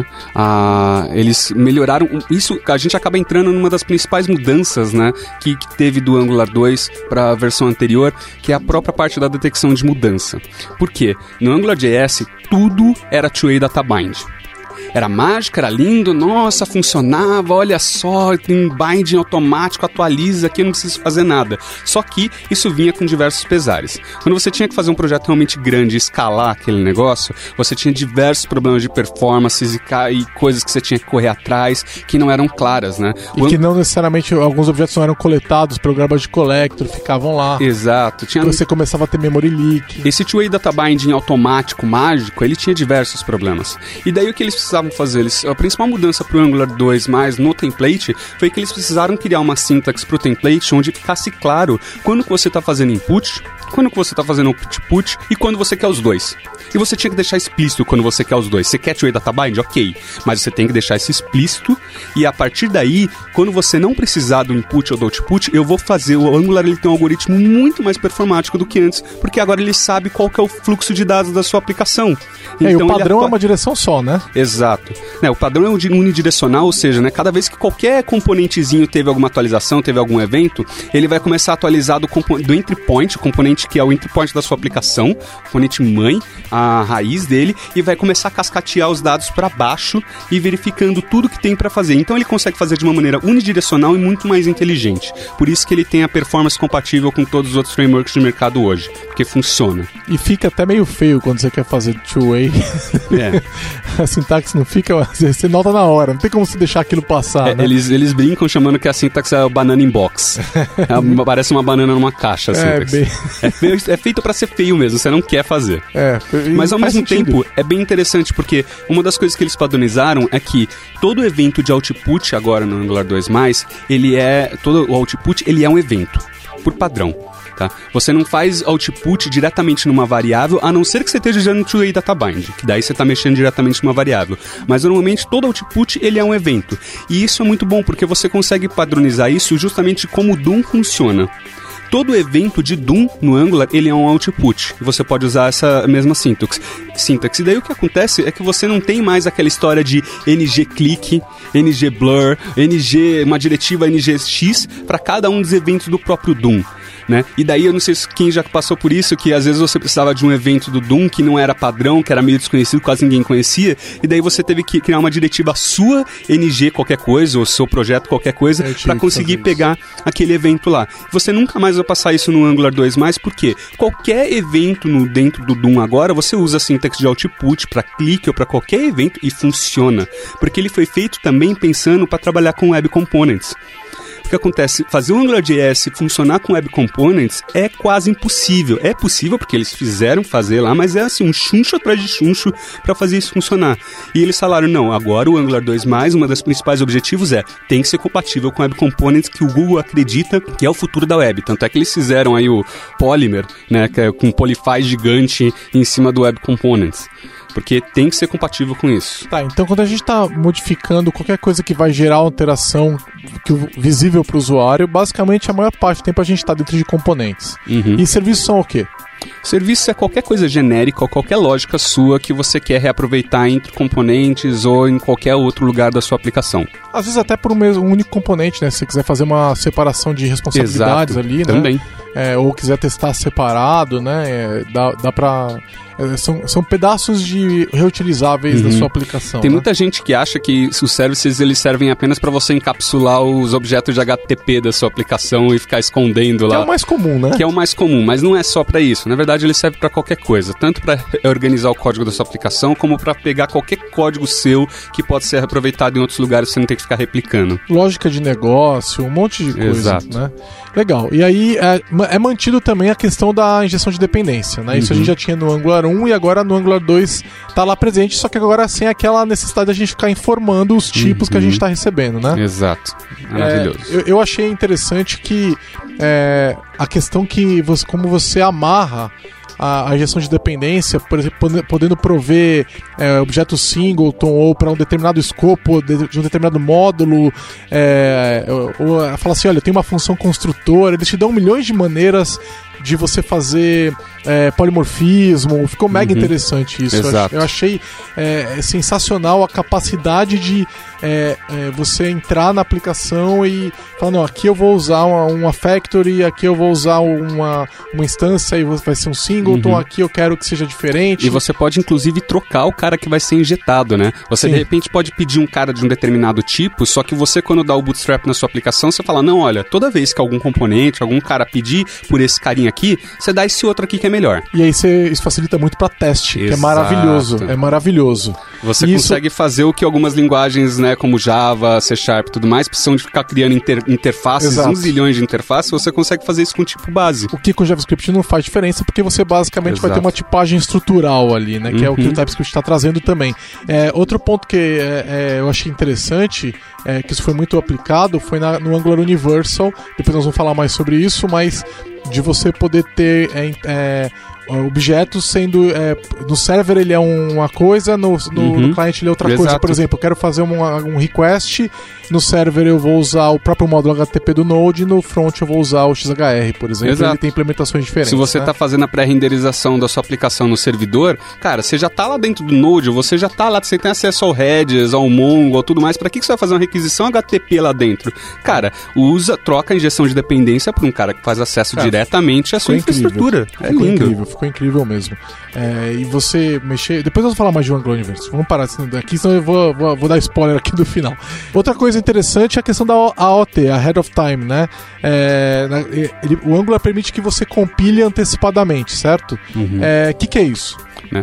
Ah, eles melhoraram... Isso, a gente acaba entrando numa das principais mudanças, né? Que, que teve do Angular dois para a versão anterior, que é a própria parte da detecção de mudança. Por quê? No AngularJS, tudo era two-way data bind. Era mágica, era lindo, nossa, funcionava, olha só, tem binding automático, atualiza aqui, eu não preciso fazer nada. Só que isso vinha com diversos pesares. Quando você tinha que fazer um projeto realmente grande e escalar aquele negócio, você tinha diversos problemas de performances e, e coisas que você tinha que correr atrás, que não eram claras, né? E o que não necessariamente, alguns objetos não eram coletados pelo garbage collector, ficavam lá. Exato. Tinha... Você começava a ter memory leak. Esse two-way data binding automático, mágico, ele tinha diversos problemas. E daí o que eles precisavam fazer? Eles, a principal mudança para o Angular dois mais no template foi que eles precisaram criar uma sintaxe para o template onde ficasse claro quando que você está fazendo input, quando que você está fazendo output e quando você quer os dois. E você tinha que deixar explícito quando você quer os dois. Você quer two-way data bind? Ok. Mas você tem que deixar isso explícito e a partir daí, quando você não precisar do input ou do output, eu vou fazer, o Angular ele tem um algoritmo muito mais performático do que antes, porque agora ele sabe qual que é o fluxo de dados da sua aplicação. É, então, e o padrão atua... é uma direção só, né? Exato. Exato. Né, o padrão é unidirecional, ou seja, né, cada vez que qualquer componentezinho teve alguma atualização, teve algum evento, ele vai começar a atualizar do, do entry point, o componente que é o entry point da sua aplicação, o componente mãe, a raiz dele, e vai começar a cascatear os dados para baixo e verificando tudo que tem para fazer. Então ele consegue fazer de uma maneira unidirecional e muito mais inteligente. Por isso que ele tem a performance compatível com todos os outros frameworks de mercado hoje, porque funciona. E fica até meio feio quando você quer fazer two-way. É. A sintaxe não fica... Você nota na hora, não tem como você deixar aquilo passar, é, né? Eles, eles brincam chamando que a sintaxe é a banana in box. É, parece uma banana numa caixa, a sintaxe. É, bem... é, é feito para ser feio mesmo, você não quer fazer. É, mas ao mesmo sentido. tempo, é bem interessante, porque uma das coisas que eles padronizaram é que todo evento de output agora no Angular dois mais, ele é... Todo o output, ele é um evento, por padrão. Tá? Você não faz output diretamente numa variável, a não ser que você esteja usando o two-way databind, que daí você está mexendo diretamente numa variável. Mas normalmente todo output ele é um evento. E isso é muito bom, porque você consegue padronizar isso justamente como o D O M funciona. Todo evento de D O M no Angular, ele é um output. Você pode usar essa mesma sintaxe. Sintaxe. E daí o que acontece é que você não tem mais aquela história de ngClick, ngblur, ng, uma diretiva ngx para cada um dos eventos do próprio D O M. Né? E daí eu não sei se quem já passou por isso, que às vezes você precisava de um evento do D O M que não era padrão, que era meio desconhecido, quase ninguém conhecia, e daí você teve que criar uma diretiva sua, ng qualquer coisa, ou seu projeto qualquer coisa, para conseguir pegar aquele evento lá. Você nunca mais vai passar isso no Angular dois mais, porque qualquer evento no, dentro do D O M agora, você usa a sintaxe de output para clique ou para qualquer evento e funciona, porque ele foi feito também pensando para trabalhar com Web Components. O que acontece? Fazer o AngularJS funcionar com Web Components é quase impossível. É possível porque eles fizeram fazer lá, mas é assim, um chuncho atrás de chuncho para fazer isso funcionar. E eles falaram, não, agora o Angular dois mais, uma das principais objetivos é, tem que ser compatível com Web Components, que o Google acredita que é o futuro da web. Tanto é que eles fizeram aí o Polymer, né, que é com um Polyfy gigante em cima do Web Components. Porque tem que ser compatível com isso. Tá, então quando a gente está modificando qualquer coisa que vai gerar alteração que, visível para o usuário, basicamente a maior parte do tempo a gente está dentro de componentes. Uhum. E serviços são o quê? Serviço é qualquer coisa genérica ou qualquer lógica sua que você quer reaproveitar entre componentes ou em qualquer outro lugar da sua aplicação. Às vezes até por um, mesmo, um único componente, né? Se você quiser fazer uma separação de responsabilidades. Exato, ali, né? Também. É, ou quiser testar separado, né? É, dá, dá pra... É, são, são pedaços de reutilizáveis uhum. da sua aplicação. Tem né? muita gente que acha que os services eles servem apenas para você encapsular os objetos de H T T P da sua aplicação e ficar escondendo lá. Que é o mais comum, né? Que é o mais comum, mas não é só para isso. Na verdade, ele serve para qualquer coisa. Tanto para organizar o código da sua aplicação, como para pegar qualquer código seu que pode ser aproveitado em outros lugares, você não tem que ficar replicando. Lógica de negócio, um monte de coisa. Exato. Né? Legal. E aí é, é mantido também a questão da injeção de dependência, né? Isso uhum. a gente já tinha no Angular um e agora no Angular dois tá lá presente, só que agora sem aquela necessidade de a gente ficar informando os tipos uhum. que a gente está recebendo, né? Exato. Maravilhoso. É, eu, eu achei interessante que é, a questão que você, como você amarra a, a injeção de dependência, por exemplo, podendo prover é, objeto singleton ou para um determinado escopo de, de um determinado módulo, é, ou, ou fala assim, olha, tem uma função construtora, eles te dão milhões de maneiras de você fazer é, polimorfismo, ficou mega uhum. interessante isso. Exato. Eu achei é, sensacional a capacidade de é, é, você entrar na aplicação e falar, não, aqui eu vou usar uma, uma factory, aqui eu vou usar uma, uma instância e vai ser um singleton, uhum. aqui eu quero que seja diferente. E você pode inclusive trocar o cara que vai ser injetado, né? Você Sim. de repente pode pedir um cara de um determinado tipo, só que você quando dá o bootstrap na sua aplicação, você fala, não, olha, toda vez que algum componente, algum cara pedir por esse carinha aqui, você dá esse outro aqui que é melhor. E aí você, isso facilita muito para teste, Exato. que é maravilhoso. É maravilhoso. Você e consegue isso... fazer o que algumas linguagens, né, como Java, C Sharp e tudo mais, precisam de ficar criando inter, interfaces, Exato. um zilhões de interfaces, você consegue fazer isso com tipo base. O que com JavaScript não faz diferença, porque você basicamente Exato. vai ter uma tipagem estrutural ali, né, que uhum. é o que o TypeScript está trazendo também. É, outro ponto que é, é, eu achei interessante, é, que isso foi muito aplicado, foi na, no Angular Universal, depois nós vamos falar mais sobre isso, mas de você poder ter é, é, objetos sendo... É, no server ele é uma coisa, no, no, uhum. no cliente ele é outra Exato. coisa. Por exemplo, eu quero fazer um, um request, no server eu vou usar o próprio módulo H T T P do Node e no front eu vou usar o X H R, por exemplo. Exato. Ele tem implementações diferentes. Se você está né? fazendo a pré-renderização da sua aplicação no servidor, cara, você já está lá dentro do Node, você já está lá, você tem acesso ao Redis, ao Mongo, ao tudo mais. Para que, que você vai fazer uma requisição H T T P lá dentro? Cara, usa, troca a injeção de dependência para um cara que faz acesso cara, diretamente à sua infraestrutura. É ficou lindo. Incrível, ficou incrível mesmo. É, e você mexer... Depois eu vou falar mais de Angular Universe. Vamos parar daqui, senão eu vou, vou, vou dar spoiler aqui do final. Outra coisa interessante é a questão da A O T, Ahead of Time, né? É, ele, o Angular permite que você compile antecipadamente, certo? O uhum. é, que, que é isso? Né?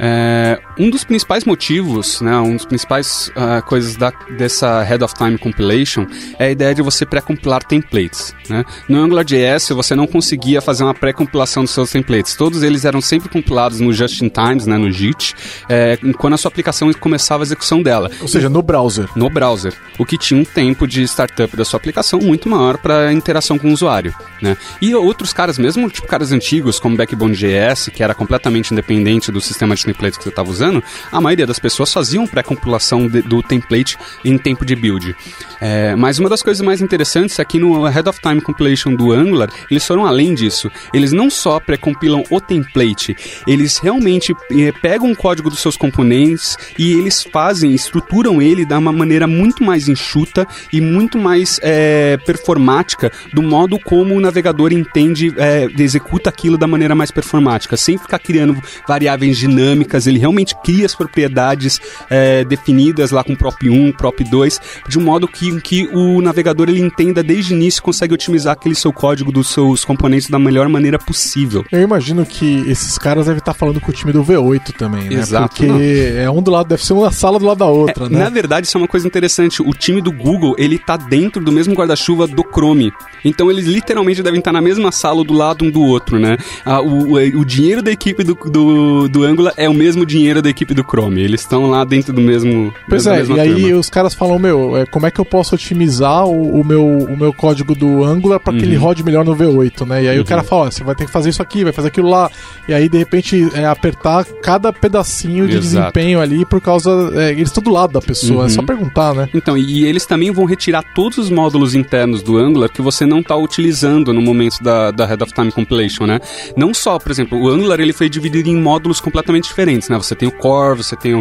É, um dos principais motivos, né, um dos principais uh, coisas da, dessa Head of Time Compilation é a ideia de você pré-compilar templates. Né? No AngularJS você não conseguia fazer uma pré-compilação dos seus templates. Todos eles eram sempre compilados no Just-in-Times, né, no Git, é, quando a sua aplicação começava a execução dela. Ou seja, no browser. No browser. O que tinha um tempo de startup da sua aplicação muito maior para interação com o usuário. Né? E outros caras, mesmo tipo caras antigos, como Backbone.js, que era completamente independente do sistema de templates que você estava usando, a maioria das pessoas faziam pré-compilação de, do template em tempo de build. É, mas uma das coisas mais interessantes é que no Head of Time Compilation do Angular, eles foram além disso. Eles não só pré-compilam o template, eles realmente é, pegam o código dos seus componentes e eles fazem, estruturam ele de uma maneira muito mais enxuta e muito mais é, performática do modo como o navegador entende, é, executa aquilo da maneira mais performática, sem ficar criando variáveis dinâmicas. Ele realmente cria as propriedades é, definidas lá com o prop um, prop dois, de um modo que, que o navegador ele entenda desde o início e consegue otimizar aquele seu código dos seus componentes da melhor maneira possível. Eu imagino que esses caras devem estar falando com o time do V oito também, né? Exato. Porque não. é um do lado, deve ser uma sala do lado da outra, é, né? Na verdade, isso é uma coisa interessante. O time do Google, ele tá dentro do mesmo guarda-chuva do Chrome. Então, eles literalmente devem estar na mesma sala do lado um do outro, né? Ah, o, o, o dinheiro da equipe do, do, do Angular é o mesmo dinheiro da equipe do Chrome. Eles estão lá dentro do mesmo... Pois é, e aí turma. Os caras falam, meu, é, como é que eu posso otimizar o, o, meu, o meu código do Angular para que uhum. ele rode melhor no V oito, né? E aí uhum. o cara fala, ó, você vai ter que fazer isso aqui, vai fazer aquilo lá. E aí, de repente, é, apertar cada pedacinho de Exato. Desempenho ali por causa... É, eles estão do lado da pessoa, uhum. é só perguntar, né? Então, e, e eles também vão retirar todos os módulos internos do Angular que você não está utilizando no momento da, da Head of Time Compilation, né? Não só, por exemplo, o Angular ele foi dividido em módulos completamente diferentes, né? Você tem o Core, você tem o,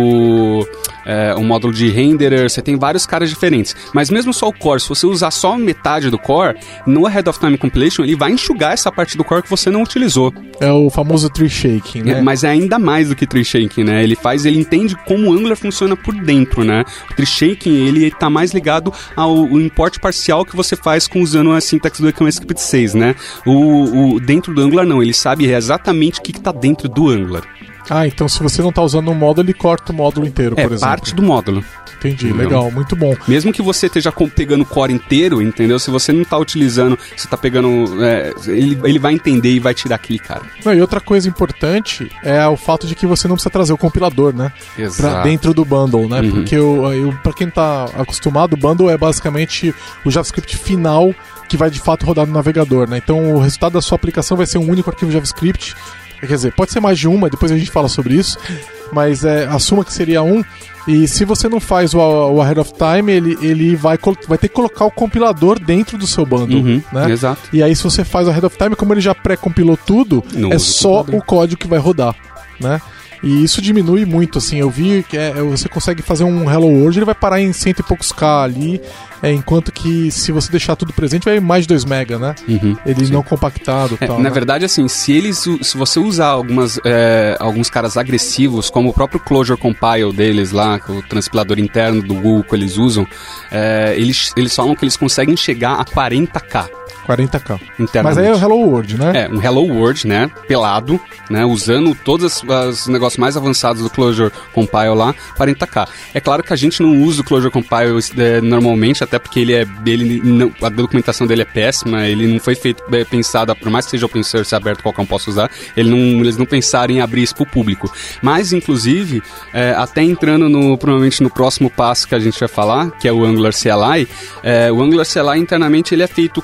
o, é, o módulo de renderer, você tem vários caras diferentes. Mas mesmo só o Core, se você usar só metade do Core, no Head of Time Compilation ele vai enxugar essa parte do Core que você não utilizou. É o famoso tree shaking, né? É, mas é ainda mais do que tree shaking, né? Ele faz, ele entende como o Angular funciona por dentro, né? O tree shaking, ele tá mais ligado ao, ao import parcial que você faz com usando a sintaxe do ECMAScript seis, né? O, o, dentro do Angular não, ele sabe exatamente o que, que tá dentro do Angular. Ah, então se você não está usando um módulo, ele corta o módulo inteiro, é, por exemplo. É, parte do módulo. Entendi, não. Legal, muito bom. Mesmo que você esteja pegando o core inteiro, entendeu? Se você não está utilizando, você está pegando... É, ele, ele vai entender e vai tirar aquele cara. Não, e outra coisa importante é o fato de que você não precisa trazer o compilador, né? Exato. Pra dentro do bundle, né? Uhum. Porque, eu, eu, pra quem está acostumado, o bundle é basicamente o JavaScript final que vai de fato rodar no navegador, né? Então o resultado da sua aplicação vai ser um único arquivo JavaScript. Quer dizer, pode ser mais de uma, depois a gente fala sobre isso, mas é, assuma que seria um, e se você não faz o, o Ahead of Time, ele, ele vai, vai ter que colocar o compilador dentro do seu bundle, uhum, né? Exato. E aí se você faz o Ahead of Time, como ele já pré-compilou tudo, não é só o código que vai rodar, né? E isso diminui muito, assim, eu vi que é, você consegue fazer um Hello World, ele vai parar em cento e poucos K ali, é, enquanto que se você deixar tudo presente vai mais de dois mega, né? Uhum, ele sim. não compactado e é, tal. Na né? verdade, assim, se eles, se você usar algumas, é, alguns caras agressivos, como o próprio Clojure Compile deles lá, o transpilador interno do Google que eles usam, é, eles, eles falam que eles conseguem chegar a quarenta K. quarenta K. Mas aí é o Hello World, né? É, um Hello World, né? Pelado, né? Usando todos os negócios mais avançados do Clojure Compile lá, quarenta K. É claro que a gente não usa o Clojure Compile é, normalmente, até porque ele é, ele não, a documentação dele é péssima, ele não foi feito, é, pensado, por mais que seja open source aberto, qualquer um possa usar, ele não, eles não pensaram em abrir isso pro público. Mas, inclusive, é, até entrando no, provavelmente no próximo passo que a gente vai falar, que é o Angular C L I, é, o Angular C L I internamente ele é feito com Web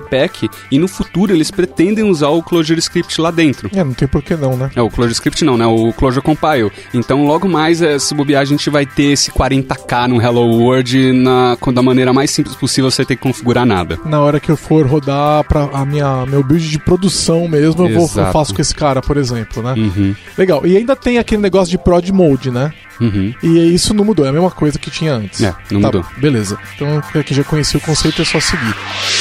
Webpack e no futuro eles pretendem usar o ClojureScript lá dentro. É, não tem por que não, né? É, o ClojureScript não, né? O Clojure Compile. Então, logo mais, se bobear, a gente vai ter esse quarenta K no Hello World na, da maneira mais simples possível, você ter que configurar nada. Na hora que eu for rodar para a minha meu build de produção mesmo, eu, vou, eu faço com esse cara, por exemplo, né? Uhum. Legal. E ainda tem aquele negócio de prod mode, né? Uhum. E isso não mudou, é a mesma coisa que tinha antes. É, não tá, mudou. Beleza. Então, aqui já conheci o conceito, é só seguir.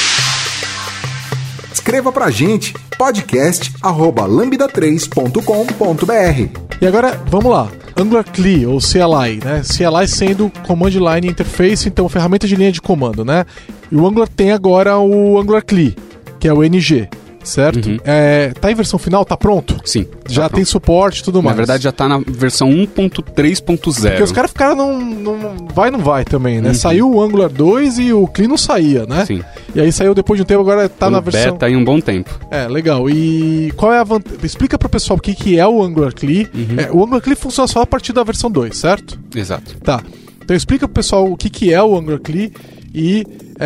Escreva pra gente, podcast arroba lambda três ponto com ponto b r. E agora, vamos lá. Angular C L I, ou C L I, né? C L I sendo Command Line Interface, então ferramenta de linha de comando, né? E o Angular tem agora o Angular C L I, que é o N G. Certo? Uhum. É, tá em versão final? Tá pronto? Sim. Já tá tem pronto. suporte e tudo mais. Na verdade, já tá na versão um ponto três ponto zero. Porque os caras ficaram num, num vai não vai também, né? Uhum. Saiu o Angular dois e o C L I não saía, né? Sim. E aí saiu depois de um tempo, agora tá Foi na versão... beta aí um bom tempo. É, legal. E qual é a vantagem? Explica pro pessoal o que, que é o Angular C L I. Uhum. É, o Angular C L I funciona só a partir da versão dois, certo? Exato. Tá. Então explica pro pessoal o que, que é o Angular C L I e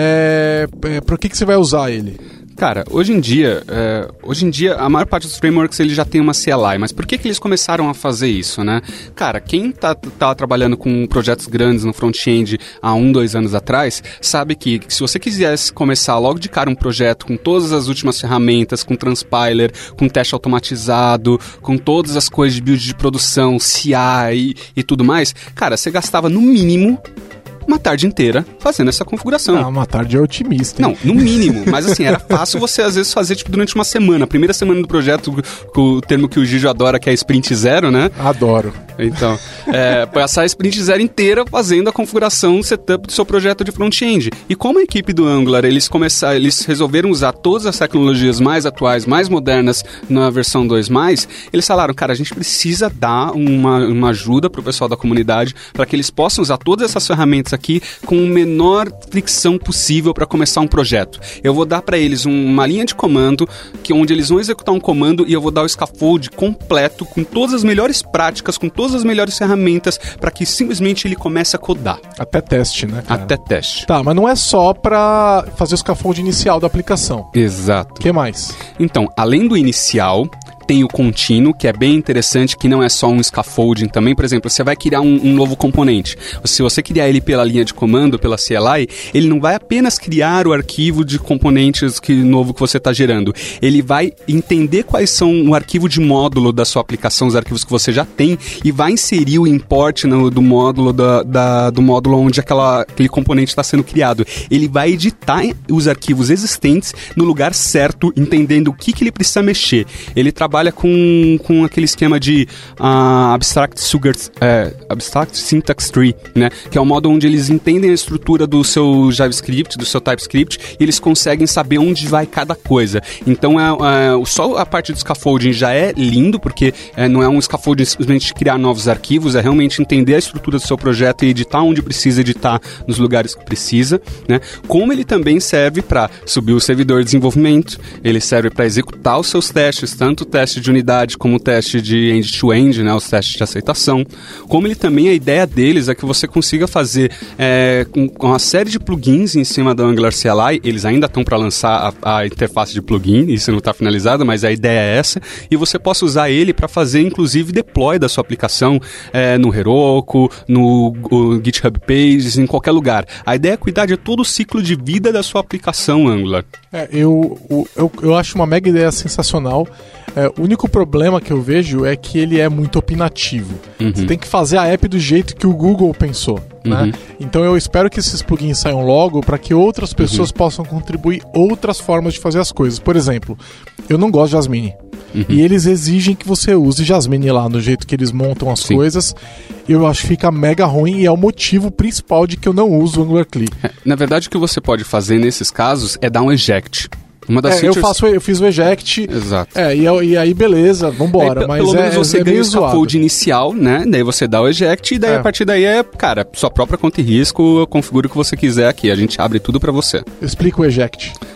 é, é, para que, que você vai usar ele. Cara, hoje em dia, é, hoje em dia a maior parte dos frameworks ele já tem uma C L I, mas por que, que eles começaram a fazer isso, né? Cara, quem tá, tá trabalhando com projetos grandes no front-end há um, dois anos atrás, sabe que, que se você quisesse começar logo de cara um projeto com todas as últimas ferramentas, com transpiler, com teste automatizado, com todas as coisas de build de produção, C I e, e tudo mais, cara, você gastava no mínimo uma tarde inteira fazendo essa configuração. Ah, uma tarde é otimista. Hein? Não, no mínimo. Mas assim, era fácil você às vezes fazer tipo durante uma semana. A primeira semana do projeto, com o termo que o Gijo adora, que é sprint zero, né? Adoro. Então, é, passar a sprint zero inteira fazendo a configuração, o setup do seu projeto de front-end. E como a equipe do Angular, eles começaram, eles resolveram usar todas as tecnologias mais atuais, mais modernas na versão dois mais, eles falaram, cara, a gente precisa dar uma, uma ajuda pro pessoal da comunidade para que eles possam usar todas essas ferramentas aqui com a menor fricção possível para começar um projeto. Eu vou dar para eles um, uma linha de comando que onde eles vão executar um comando e eu vou dar o scaffold completo com todas as melhores práticas, com todas as melhores ferramentas para que simplesmente ele comece a codar. Até teste, né, cara? Até teste. Tá, mas não é só para fazer o scaffold inicial da aplicação. Exato. O que mais? Então, além do inicial, tem o contínuo, que é bem interessante, que não é só um scaffolding também. Por exemplo, você vai criar um, um novo componente. Se você criar ele pela linha de comando, pela C L I, ele não vai apenas criar o arquivo de componentes que, novo que você está gerando. Ele vai entender quais são o arquivo de módulo da sua aplicação, os arquivos que você já tem, e vai inserir o import no, do módulo da, da, do módulo onde aquela, aquele componente está sendo criado. Ele vai editar os arquivos existentes no lugar certo, entendendo o que, que ele precisa mexer. Ele trabalha trabalha com, com aquele esquema de uh, abstract, sugar, é, abstract Syntax Tree, né? Que é o modo onde eles entendem a estrutura do seu JavaScript, do seu TypeScript, e eles conseguem saber onde vai cada coisa. Então, é, é, só a parte do scaffolding já é lindo, porque é, não é um scaffolding simplesmente criar novos arquivos, é realmente entender a estrutura do seu projeto e editar onde precisa editar, nos lugares que precisa, né? Como ele também serve para subir o servidor de desenvolvimento, ele serve para executar os seus testes, tanto o teste de unidade como o teste de end-to-end, né, os testes de aceitação. Como ele também, a ideia deles é que você consiga fazer é, com uma série de plugins em cima da Angular C L I, eles ainda estão para lançar a, a interface de plugin, isso não está finalizado, mas a ideia é essa, e você possa usar ele para fazer, inclusive, deploy da sua aplicação é, no Heroku, no GitHub Pages, em qualquer lugar. A ideia é cuidar de todo o ciclo de vida da sua aplicação Angular. É, eu, eu, eu acho uma mega ideia sensacional. É, o único problema que eu vejo é que ele é muito opinativo. Uhum. Você tem que fazer a app do jeito que o Google pensou, uhum. né? Então eu espero que esses plugins saiam logo para que outras pessoas uhum. possam contribuir outras formas de fazer as coisas. Por exemplo, eu não gosto de Jasmine. Uhum. E eles exigem que você use Jasmine lá, no jeito que eles montam as Sim. coisas. Eu acho que fica mega ruim e é o motivo principal de que eu não uso o Angular C L I. É, na verdade, o que você pode fazer nesses casos é dar um eject. Uma das é, features... eu, faço, eu fiz o eject. Exato. É, e, e aí, beleza, vambora. Aí, mas pelo é, menos você é ganha o scaffold inicial, né? Daí você dá o eject e daí é. a partir daí é, cara, sua própria conta e risco, configura o que você quiser aqui. A gente abre tudo pra você. Explica o eject.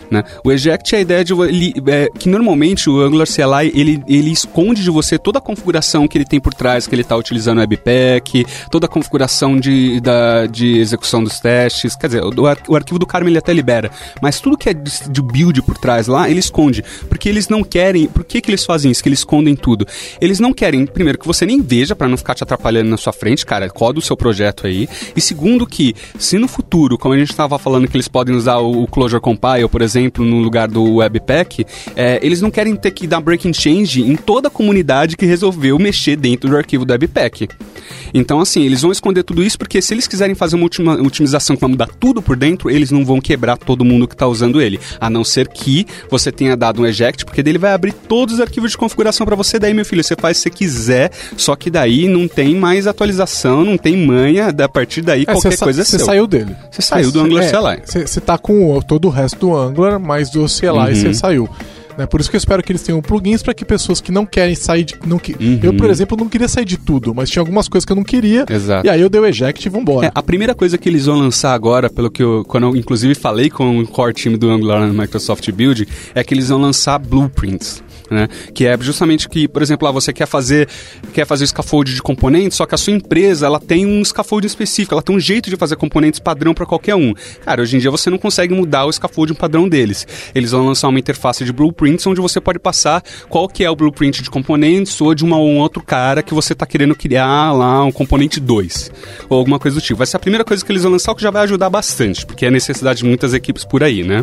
né? O eject é a ideia de ele, é, que normalmente o Angular C L I ele, ele esconde de você toda a configuração que ele tem por trás, que ele está utilizando o Webpack, toda a configuração de, da, de execução dos testes, quer dizer, o, o arquivo do Karma ele até libera, mas tudo que é de, de build por trás lá, ele esconde, porque eles não querem, por que que eles fazem isso? Que eles escondem tudo. Eles não querem, primeiro, que você nem veja para não ficar te atrapalhando na sua frente, cara, coda o seu projeto aí, e segundo que, se no futuro, como a gente estava falando que eles podem usar o, o Clojure Compile, por exemplo, no lugar do Webpack, é, eles não querem ter que dar breaking change em toda a comunidade que resolveu mexer dentro do arquivo do Webpack. Então, assim, eles vão esconder tudo isso porque se eles quiserem fazer uma ultima, otimização que vai mudar tudo por dentro, eles não vão quebrar todo mundo que está usando ele. A não ser que você tenha dado um eject, porque daí ele vai abrir todos os arquivos de configuração para você. Daí, meu filho, você faz se você quiser, só que daí não tem mais atualização, não tem manha, a partir daí é, qualquer sa- coisa é seu. Você saiu dele. Você saiu do Angular é, C L I. Você tá com o, todo o resto do Angular, mas do C L I você Uhum. saiu. Né? Por isso que eu espero que eles tenham plugins para que pessoas que não querem sair de... Não que, Uhum. Eu, por exemplo, não queria sair de tudo, mas tinha algumas coisas que eu não queria. Exato. E aí eu dei o eject e vambora. É, a primeira coisa que eles vão lançar agora, pelo que eu, quando eu inclusive falei com o core team do Angular no Microsoft Build, é que eles vão lançar blueprints. Né? Que é justamente que, por exemplo, lá você quer fazer quer fazer o scaffold de componentes, só que a sua empresa ela tem um scaffold específico, ela tem um jeito de fazer componentes padrão para qualquer um. Cara, hoje em dia você não consegue mudar o scaffold padrão deles. Eles vão lançar uma interface de blueprints onde você pode passar qual que é o blueprint de componentes ou de uma, um outro cara que você está querendo criar lá um componente dois ou alguma coisa do tipo. Vai ser a primeira coisa que eles vão lançar, o que já vai ajudar bastante, porque é necessidade de muitas equipes por aí, né?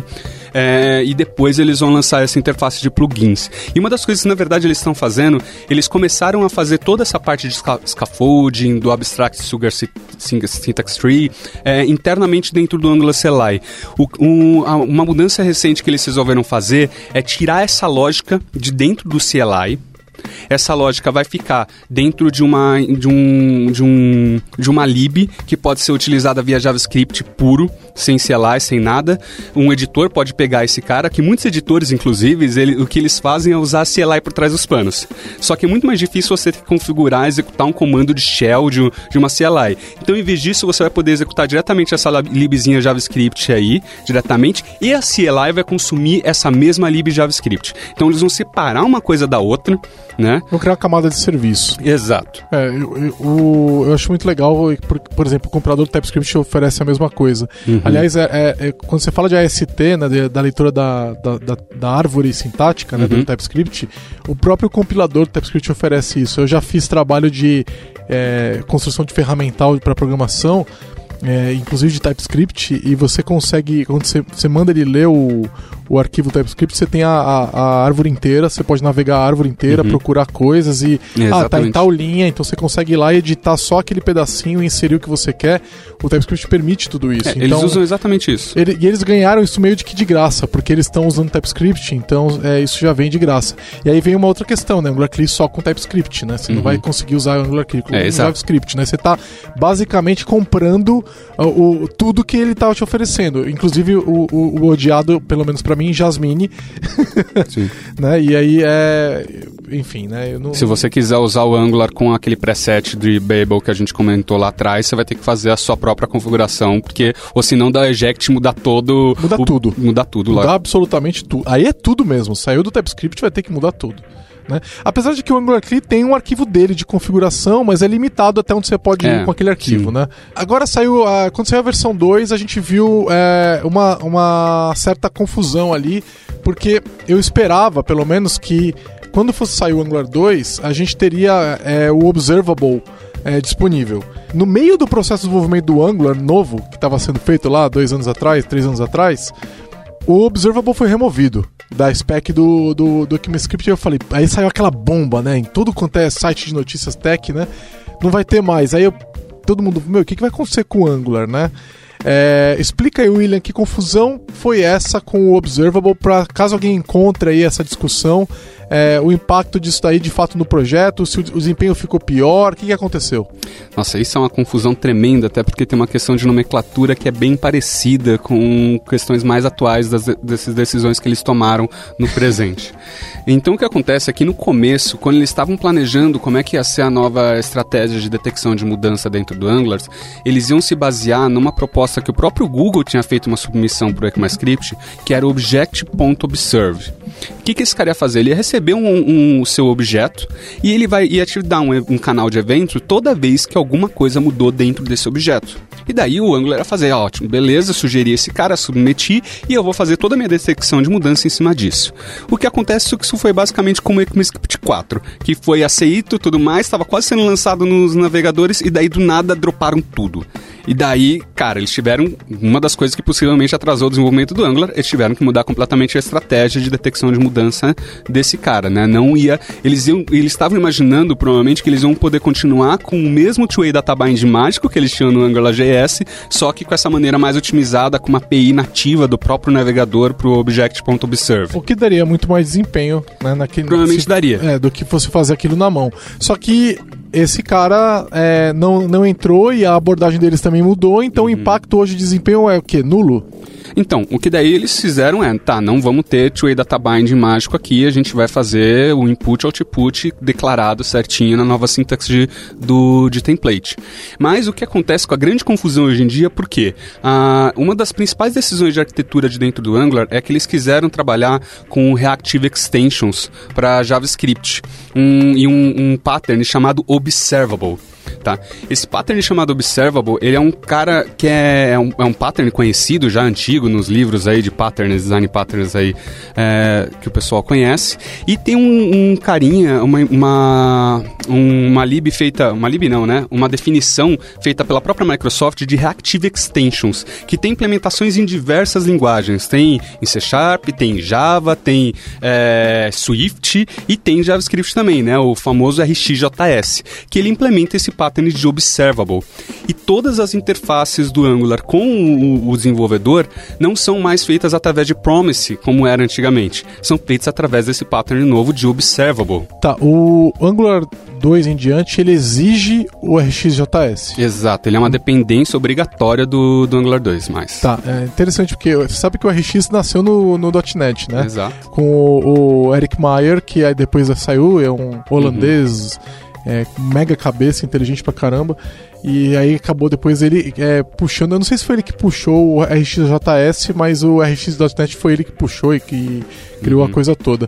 É, e depois eles vão lançar essa interface de plugins. E uma das coisas que, na verdade, eles estão fazendo, eles começaram a fazer toda essa parte de scaffolding, do Abstract Sugar Syntax Tree, é, internamente dentro do Angular C L I. O, um, uma mudança recente que eles resolveram fazer é tirar essa lógica de dentro do C L I. Essa lógica vai ficar dentro de uma, de, um, de, um, de uma lib que pode ser utilizada via JavaScript puro, sem C L I, sem nada. Um editor pode pegar esse cara, que muitos editores, inclusive, ele, o que eles fazem é usar C L I por trás dos panos. Só que é muito mais difícil você configurar, executar um comando de shell de, de uma C L I. Então, em vez disso, você vai poder executar diretamente essa libzinha JavaScript aí, diretamente, e a C L I vai consumir essa mesma lib JavaScript. Então, eles vão separar uma coisa da outra, né? Vou criar uma camada de serviço. Exato. É, eu, eu, eu acho muito legal, por, por exemplo, o compilador do TypeScript oferece a mesma coisa. Uhum. Aliás, é, é, é, quando você fala de A S T, né, de, da leitura da, da, da, da árvore sintática, né, uhum. do TypeScript, o próprio compilador do TypeScript oferece isso. Eu já fiz trabalho de é, construção de ferramental para programação, é, inclusive de TypeScript, e você consegue, quando você, você manda ele ler o, o arquivo TypeScript, você tem a, a, a árvore inteira, você pode navegar a árvore inteira, uhum. procurar coisas e... Exatamente. Ah, tá em tal linha, então você consegue ir lá e editar só aquele pedacinho e inserir o que você quer. O TypeScript permite tudo isso. É, então, eles usam exatamente isso. Ele, e eles ganharam isso meio de que de graça, porque eles estão usando TypeScript, então é, isso já vem de graça. E aí vem uma outra questão, né? Angular Cli só com TypeScript, né? Você uhum. não vai conseguir usar o Angular Cli com é, JavaScript, né? Você tá basicamente comprando o, o, tudo que ele tá te oferecendo. Inclusive o, o, o odiado, pelo menos pra mim, Jasmine. Sim. Né? E aí é... Enfim, né? Eu não... Se você quiser usar o Angular com aquele preset de Babel que a gente comentou lá atrás, você vai ter que fazer a sua própria configuração, porque ou senão dá eject mudar todo... Muda o, tudo. Muda tudo Muda lá. absolutamente tudo. Aí é tudo mesmo. Saiu do TypeScript, vai ter que mudar tudo. Né? Apesar de que o Angular Cli tem um arquivo dele de configuração, mas é limitado até onde você pode é, ir com aquele arquivo, sim. né? Agora saiu, a, quando saiu a versão dois, a gente viu é, uma, uma certa confusão ali, porque eu esperava, pelo menos, que quando fosse sair o Angular dois, a gente teria é, o Observable é, disponível. No meio do processo de desenvolvimento do Angular novo, que estava sendo feito lá dois anos atrás, três anos atrás, o Observable foi removido da spec do, do, do ECMAScript. Eu falei, aí saiu aquela bomba, né? Em tudo quanto é site de notícias tech, né? Não vai ter mais. Aí eu, todo mundo, meu, o que, que vai acontecer com o Angular, né? É, explica aí, William, que confusão foi essa com o Observable, para caso alguém encontre aí essa discussão, é, o impacto disso daí de fato no projeto, se o, o desempenho ficou pior, o que, que aconteceu? Nossa, isso é uma confusão tremenda, até porque tem uma questão de nomenclatura que é bem parecida com questões mais atuais das, dessas decisões que eles tomaram no presente. Então o que acontece é que no começo, quando eles estavam planejando como é que ia ser a nova estratégia de detecção de mudança dentro do Angular, eles iam se basear numa proposta que o próprio Google tinha feito uma submissão para o ECMAScript, que era o Object.Observe. O que, que esse cara ia fazer? Ele ia receber um, um, o seu objeto e ele vai, ia te dar um, um canal de evento toda vez que alguma coisa mudou dentro desse objeto. E daí o Angular ia fazer, ótimo, beleza, sugeri esse cara, submeti e eu vou fazer toda a minha detecção de mudança em cima disso. O que acontece é que isso foi basicamente como o ECMAScript quatro, que foi aceito, tudo mais, estava quase sendo lançado nos navegadores e daí do nada droparam tudo. E daí, cara, eles tiveram, uma das coisas que possivelmente atrasou o desenvolvimento do Angular, eles tiveram que mudar completamente a estratégia de detecção de mudança desse cara, né? Não ia, eles iam, eles estavam imaginando provavelmente que eles iam poder continuar com o mesmo two-way databind mágico que eles tinham no AngularJS, só que com essa maneira mais otimizada, com uma A P I nativa do próprio navegador pro Object.Observe. O que daria muito mais desempenho, né? Naquele, provavelmente se, daria. É, do que fosse fazer aquilo na mão. Só que esse cara é, não, não entrou e a abordagem deles também mudou, então uhum. o impacto hoje de desempenho é o quê? Nulo? Então, o que daí eles fizeram é, tá, não vamos ter two-way databind mágico aqui, a gente vai fazer o input output declarado certinho na nova sintaxe de, do, de template. Mas o que acontece com a grande confusão hoje em dia, por quê? Ah, uma das principais decisões de arquitetura de dentro do Angular é que eles quiseram trabalhar com Reactive Extensions para JavaScript um, e um, um pattern chamado Observable. Tá? Esse pattern chamado Observable, ele é um cara que é, é, um, é um pattern conhecido já, antigo, nos livros aí de patterns, design patterns aí, é, que o pessoal conhece, e tem um, um carinha, uma, uma, uma lib feita, uma lib não, né? Uma definição feita pela própria Microsoft de Reactive Extensions, que tem implementações em diversas linguagens, tem em C Sharp, tem em Java, tem é, Swift e tem JavaScript também, né? O famoso R X J S, que ele implementa esse pattern de Observable. E todas as interfaces do Angular com o, o desenvolvedor não são mais feitas através de Promise, como era antigamente. São feitas através desse pattern novo de Observable. Tá, o Angular dois em diante, ele exige o R X J S. Exato, ele é uma dependência obrigatória do, do Angular dois+. Tá, é interessante porque você sabe que o R X nasceu no, no .NET, né? Exato. Com o, o Eric Meyer, que aí depois saiu, é um holandês... Uhum. É, mega cabeça, inteligente pra caramba. E aí acabou depois ele é, puxando. Eu não sei se foi ele que puxou o R X J S, mas o R X ponto net foi ele que puxou e que criou uhum. a coisa toda.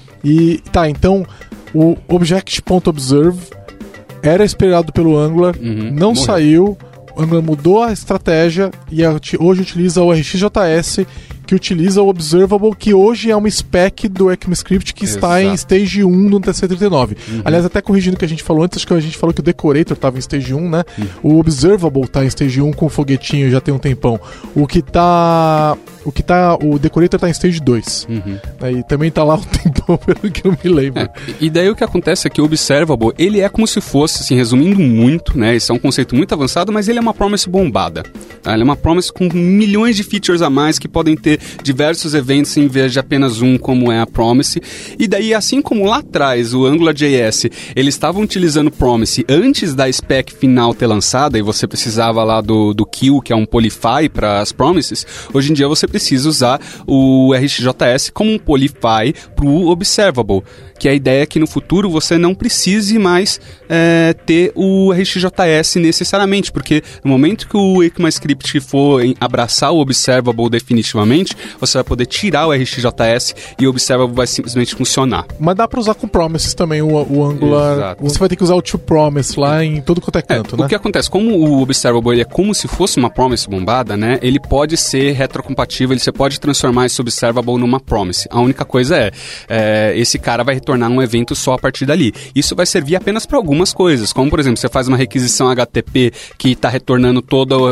E tá, então o Object.Observe era esperado pelo Angular, uhum. não Morreu. saiu. O Angular mudou a estratégia e hoje utiliza o R X J S, que utiliza o Observable, que hoje é uma spec do ECMAScript que Exato. está em Stage um no T C trinta e nove. Uhum. Aliás, até corrigindo o que a gente falou antes, acho que a gente falou que o Decorator estava em Stage um, né? Uhum. O Observable está em Stage um com o foguetinho, já tem um tempão. O que tá... O que tá... O Decorator está em Stage dois. Uhum. E também está lá um tempão, pelo que eu me lembro. É, e daí o que acontece é que o Observable, ele é como se fosse, assim, resumindo muito, né? Esse é um conceito muito avançado, mas ele é uma promise bombada. Tá? Ele é uma promise com milhões de features a mais que podem ter diversos eventos em vez de apenas um, como é a Promise. E daí, assim como lá atrás o AngularJS, eles estavam utilizando Promise antes da spec final ter lançada e você precisava lá do, do kill, que é um polyfy para as promises, hoje em dia você precisa usar o R X J S como um polyfy para o Observable, que a ideia é que no futuro você não precise mais é, ter o R X J S necessariamente, porque no momento que o ECMAScript for abraçar o Observable definitivamente, você vai poder tirar o R X J S e o Observable vai simplesmente funcionar. Mas dá para usar com Promises também o, o Angular. Exato. Você vai ter que usar o toPromise lá em todo quanto é canto, é, né? O que acontece, como o Observable ele é como se fosse uma Promise bombada, né? Ele pode ser retrocompatível, ele, você pode transformar esse Observable numa Promise. A única coisa é, é esse cara vai retornar um evento só a partir dali. Isso vai servir apenas para algumas coisas, como por exemplo, você faz uma requisição H T T P que está retornando todo o resultado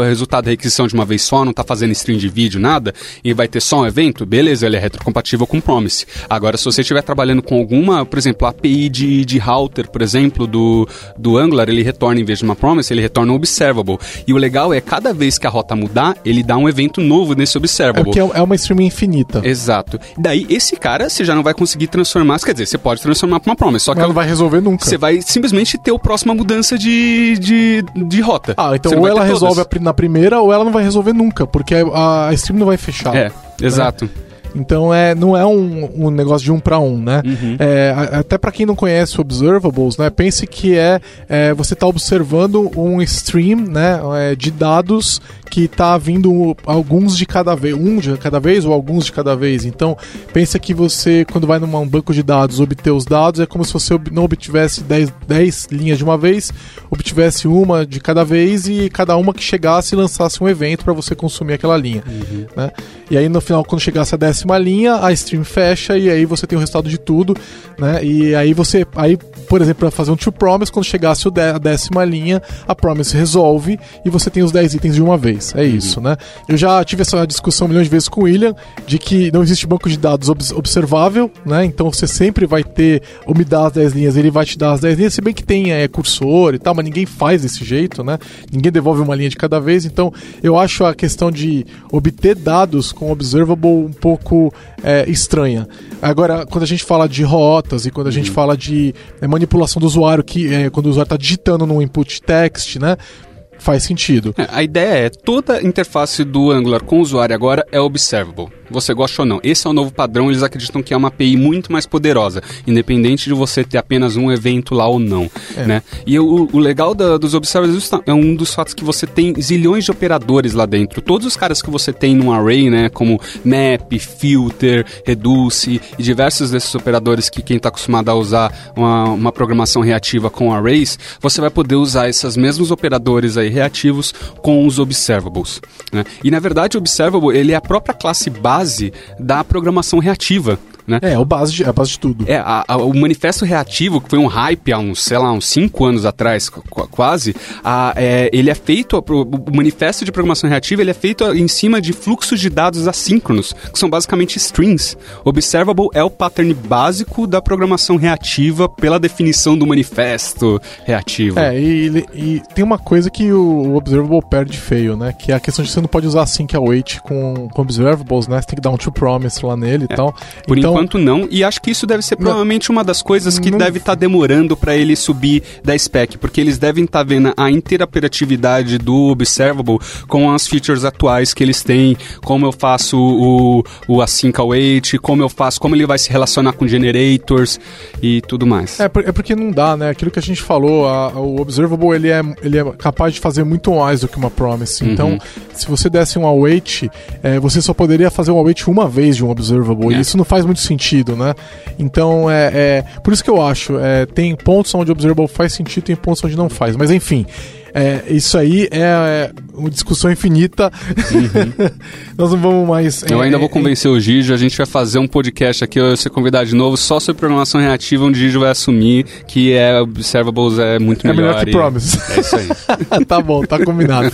cada requisição de uma vez só, não tá fazendo stream de vídeo, nada, e vai ter só um evento, beleza, ele é retrocompatível com Promise. Agora, se você estiver trabalhando com alguma, por exemplo, a API de, de router, por exemplo, do, do Angular, ele retorna, em vez de uma Promise, ele retorna um Observable. E o legal é, cada vez que a rota mudar, ele dá um evento novo nesse Observable. É porque é uma stream infinita. Exato. Daí, esse cara, você já não vai conseguir transformar, quer dizer, você pode transformar para uma Promise, só que ela não vai resolver nunca. Você vai simplesmente ter a próxima mudança de, de, de rota. Ah, então ou ela resolve a, na primeira ou ela não vai resolver nunca, porque a, a stream não vai fechar. É, exato. Né? Então é, não é um, um negócio de um para um, né? Uhum. É, até para quem não conhece Observables, né? Pense que é, é você está observando um stream, né? É, de dados que está vindo alguns de cada vez, um de cada vez ou alguns de cada vez. Então pensa que você, quando vai num banco de dados obter os dados, é como se você não obtivesse dez linhas de uma vez, obtivesse uma de cada vez e cada uma que chegasse lançasse um evento para você consumir aquela linha. Uhum. Né? E aí no final, quando chegasse a décima linha, a stream fecha e aí você tem o resultado de tudo, né? E aí você, aí, por exemplo, para fazer um to promise, quando chegasse a décima linha, a promise resolve e você tem os dez itens de uma vez. É isso, uhum. né? Eu já tive essa discussão milhões de vezes com o William, de que não existe banco de dados ob- observável, né? Então você sempre vai ter, ou me dá as dez linhas, ele vai te dar as dez linhas, se bem que tem é, cursor e tal, mas ninguém faz desse jeito, né? Ninguém devolve uma linha de cada vez, então eu acho a questão de obter dados com observable um pouco é, estranha. Agora, quando a gente fala de rotas e quando a gente uhum. fala de é, manipulação do usuário, que é, quando o usuário está digitando no input text, né? Faz sentido. É, a ideia é, toda interface do Angular com o usuário agora é observable. Você gosta ou não. Esse é o novo padrão, eles acreditam que é uma A P I muito mais poderosa, independente de você ter apenas um evento lá ou não. É. Né? E o, o legal da, dos observables é um dos fatos que você tem zilhões de operadores lá dentro. Todos os caras que você tem num array, né, como map, filter, reduce e diversos desses operadores que quem está acostumado a usar uma, uma programação reativa com arrays, você vai poder usar esses mesmos operadores aí reativos com os observables. Né? E na verdade o observable ele é a própria classe base da programação reativa. Né? É, o base de, é a base de tudo. É, a, a, o manifesto reativo, que foi um hype há uns, sei lá, uns cinco anos atrás, qu- quase, a, é, ele é feito, o manifesto de programação reativa, ele é feito em cima de fluxos de dados assíncronos, que são basicamente strings. Observable é o pattern básico da programação reativa pela definição do manifesto reativo. É, e, e tem uma coisa que o, o Observable perde feio, né? Que é a questão de você não pode usar async await com, com Observables, né? Você tem que dar um to promise lá nele e é. tal. Por então, enquanto não, e acho que isso deve ser provavelmente não, uma das coisas que não, deve estar tá demorando para ele subir da spec, porque eles devem estar tá vendo a interoperatividade do Observable com as features atuais que eles têm, como eu faço o, o async await, como eu faço, como ele vai se relacionar com generators e tudo mais. É, é porque não dá, né? Aquilo que a gente falou, a, o Observable ele é, ele é capaz de fazer muito mais do que uma promise. Uhum. Então, se você desse um await, é, você só poderia fazer um await uma vez de um Observable, é. E isso não faz muito sentido, né? Então, é, é por isso que eu acho, é, tem pontos onde o Observable faz sentido, tem pontos onde não faz, mas enfim, é, isso aí é, é uma discussão infinita. Uhum. Nós não vamos mais... Eu é, ainda vou convencer é, o Gijo, a gente vai fazer um podcast aqui, eu vou ser convidado de novo, só sobre programação reativa, onde o Gijo vai assumir que é Observables é muito é melhor. É melhor que e... Promise. É isso aí. Tá bom, tá combinado.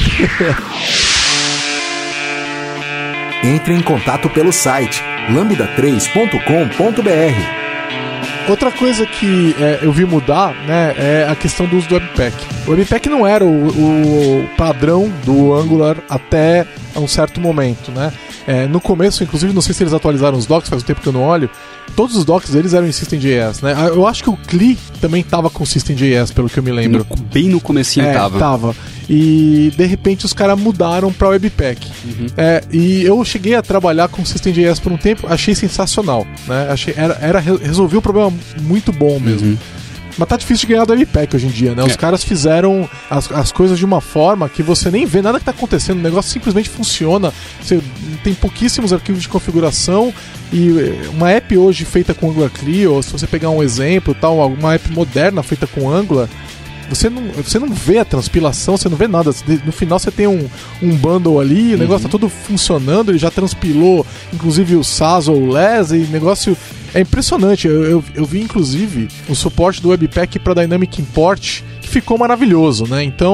Entre em contato pelo site lambda três ponto com ponto b r. Outra coisa que é, eu vi mudar, né, é a questão do uso do Webpack. O Webpack não era o, o padrão do Angular até um certo momento, né? É, no começo, inclusive, não sei se eles atualizaram os docs, faz um tempo que eu não olho, todos os docs deles eram em System.js, né? Eu acho que o C L I também tava com System.js, pelo que eu me lembro. No, bem no comecinho é, tava. tava. E, de repente, os caras mudaram pra Webpack. Uhum. É, e eu cheguei a trabalhar com System.js por um tempo, achei sensacional, né? Achei, era, era, resolveu um problema muito bom mesmo. Uhum. Mas tá difícil de ganhar do Webpack hoje em dia, né? Os é. caras fizeram as, as coisas de uma forma que você nem vê nada que tá acontecendo, o negócio simplesmente funciona. Você tem pouquíssimos arquivos de configuração e uma app hoje feita com Angular Clio, ou se você pegar um exemplo, tal, uma app moderna feita com Angular, você não, você não vê a transpilação, você não vê nada. No final você tem um, um bundle ali, o negócio uhum. tá todo funcionando, ele já transpilou, inclusive o S A S ou o L E S, e o negócio é impressionante. Eu, eu, eu vi, inclusive, o suporte do Webpack para Dynamic Import, que ficou maravilhoso, né? Então,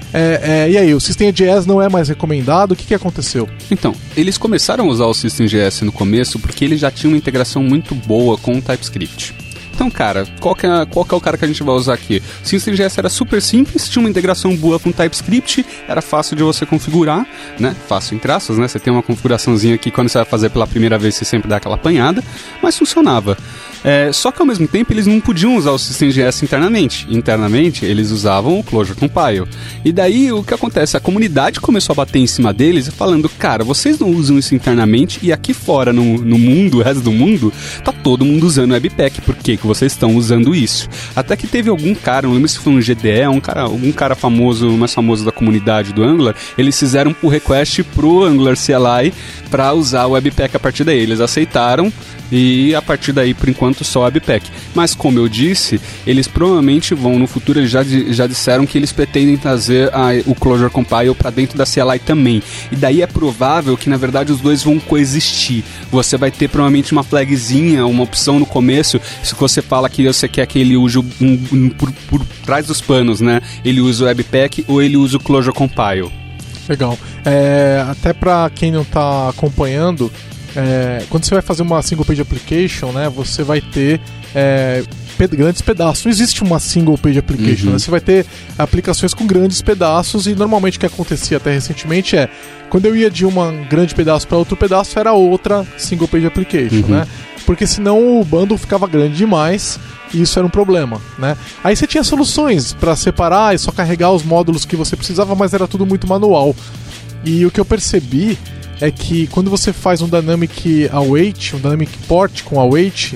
É, é, e aí, o System.js não é mais recomendado? O que, que aconteceu? Então, eles começaram a usar o System.js no começo porque ele já tinha uma integração muito boa com o TypeScript. Então, cara, qual que, é, qual que é o cara que a gente vai usar aqui? O System.js era super simples, tinha uma integração boa com TypeScript, era fácil de você configurar, né? Fácil em traços, né? Você tem uma configuraçãozinha que quando você vai fazer pela primeira vez você sempre dá aquela apanhada, mas funcionava. É, só que ao mesmo tempo eles não podiam usar o System.js internamente. Internamente eles usavam o Clojure Compile. E daí o que acontece? A comunidade começou a bater em cima deles falando, cara, vocês não usam isso internamente e aqui fora no, no mundo, o resto do mundo, tá todo mundo usando o Webpack. Por que que vocês estão usando isso? Até que teve algum cara, não lembro se foi um G D E, um cara, algum cara famoso, mais famoso da comunidade do Angular, eles fizeram um pull request pro Angular C L I para usar o Webpack a partir daí. Eles aceitaram e a partir daí, por enquanto, só Webpack. Mas como eu disse, eles provavelmente vão, no futuro, eles já, já disseram que eles pretendem trazer a, o Clojure Compile para dentro da C L I também. E daí é provável que, na verdade, os dois vão coexistir. Você vai ter provavelmente uma flagzinha, uma opção no começo, se você fala que você quer que ele use um, um, por, por trás dos panos, né? Ele usa o Webpack ou ele usa o Clojure Compile. Legal. É, até para quem não está acompanhando, É, quando você vai fazer uma single page application, né, você vai ter é, pe- grandes pedaços. Não existe uma single page application, uhum. né? Você vai ter aplicações com grandes pedaços e normalmente o que acontecia até recentemente é quando eu ia de um grande pedaço para outro pedaço era outra single page application, uhum. né? Porque senão o bundle ficava grande demais e isso era um problema, né? Aí você tinha soluções para separar e só carregar os módulos que você precisava, mas era tudo muito manual. E o que eu percebi é que quando você faz um Dynamic Await, um Dynamic Port com Await,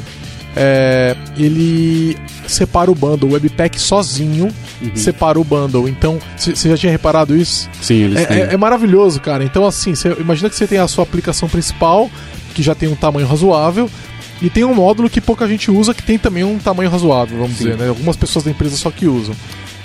é, ele separa o bundle, o Webpack sozinho uhum. separa o bundle. Então, você já tinha reparado isso? Sim, eles é, têm. É, é maravilhoso, cara. Então, assim, cê, imagina que você tem a sua aplicação principal, que já tem um tamanho razoável, e tem um módulo que pouca gente usa, que tem também um tamanho razoável, vamos Sim. dizer, né? Algumas pessoas da empresa só que usam.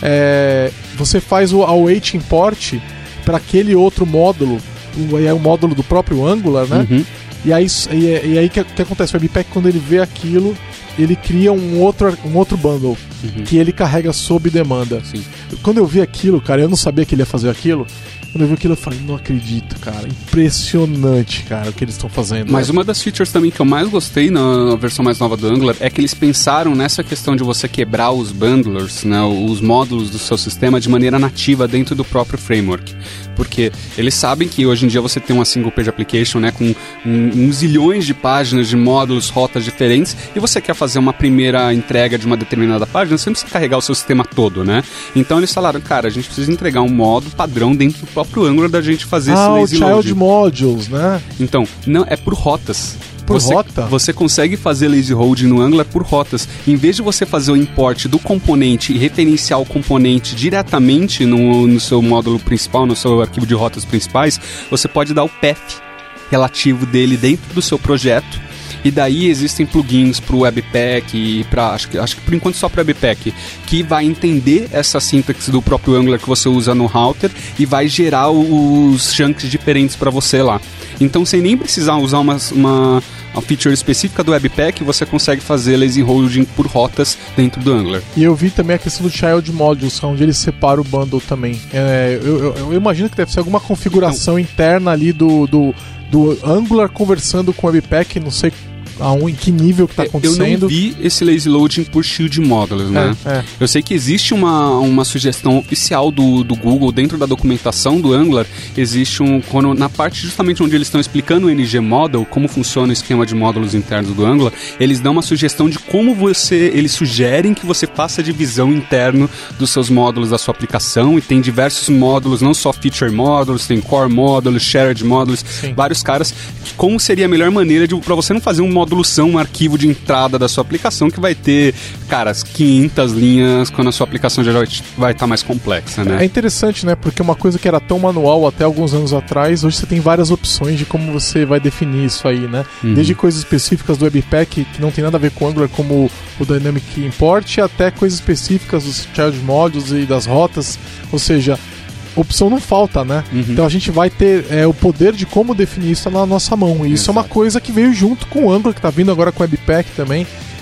É, você faz o Await Import para aquele outro módulo, é o módulo do próprio Angular, né? Uhum. E aí, e, e aí que, que acontece? O Webpack, quando ele vê aquilo, ele cria um outro, um outro bundle uhum. que ele carrega sob demanda. Sim. Quando eu vi aquilo, cara, eu não sabia que ele ia fazer aquilo. Quando eu vi aquilo, eu falei, não acredito, cara. Impressionante, cara, o que eles estão fazendo. Mas né? uma das features também que eu mais gostei na versão mais nova do Angular é que eles pensaram nessa questão de você quebrar os bundlers, né, os módulos do seu sistema de maneira nativa dentro do próprio framework. Porque eles sabem que hoje em dia você tem uma single page application, né, com um, um zilhões de páginas de módulos, rotas diferentes, e você quer fazer uma primeira entrega de uma determinada página, você não precisa carregar o seu sistema todo, né? Então eles falaram, cara, a gente precisa entregar um módulo padrão dentro do próprio Angular da gente fazer ah, esse lazy o load. Child Modules, né? Então, não, é por rotas. Por você, rota? Você consegue fazer lazy load no Angular por rotas. Em vez de você fazer o import do componente e referenciar o componente diretamente no, no seu módulo principal, no seu arquivo de rotas principais, você pode dar o path relativo dele dentro do seu projeto. E daí existem plugins para o Webpack e para acho que, acho que por enquanto só para o Webpack, que vai entender essa sintaxe do próprio Angular que você usa no router e vai gerar os chunks diferentes para você lá. Então, sem nem precisar usar uma, uma, uma feature específica do Webpack, você consegue fazer lazy loading por rotas dentro do Angular. E eu vi também a questão do Child Modules, onde ele separa o bundle também. É, eu, eu, eu imagino que deve ser alguma configuração Não. interna ali do, do, do Angular conversando com o Webpack, não sei em que nível que está acontecendo. Eu não vi esse lazy loading por shield modules, né? É, é. Eu sei que existe uma, uma sugestão oficial do, do Google dentro da documentação do Angular. Existe um, quando, na parte justamente onde eles estão explicando o N G Model, como funciona o esquema de módulos internos do Angular, eles dão uma sugestão de como você, eles sugerem que você faça a divisão interna dos seus módulos da sua aplicação, e tem diversos módulos, não só feature módulos, tem core módulos, shared módulos, Sim. vários caras, que como seria a melhor maneira para você não fazer um módulo um arquivo de entrada da sua aplicação que vai ter, cara, quinhentas linhas quando a sua aplicação já vai estar mais complexa, né? É interessante, né? Porque uma coisa que era tão manual até alguns anos atrás, hoje você tem várias opções de como você vai definir isso aí, né? Uhum. Desde coisas específicas do Webpack que não tem nada a ver com Angular, como o Dynamic Import, até coisas específicas dos Child Modules e das rotas, ou seja, opção não falta, né? Uhum. Então a gente vai ter é, o poder de como definir isso na nossa mão. E isso Exato. É uma coisa que veio junto com o Angular, que está vindo agora com o Webpack também.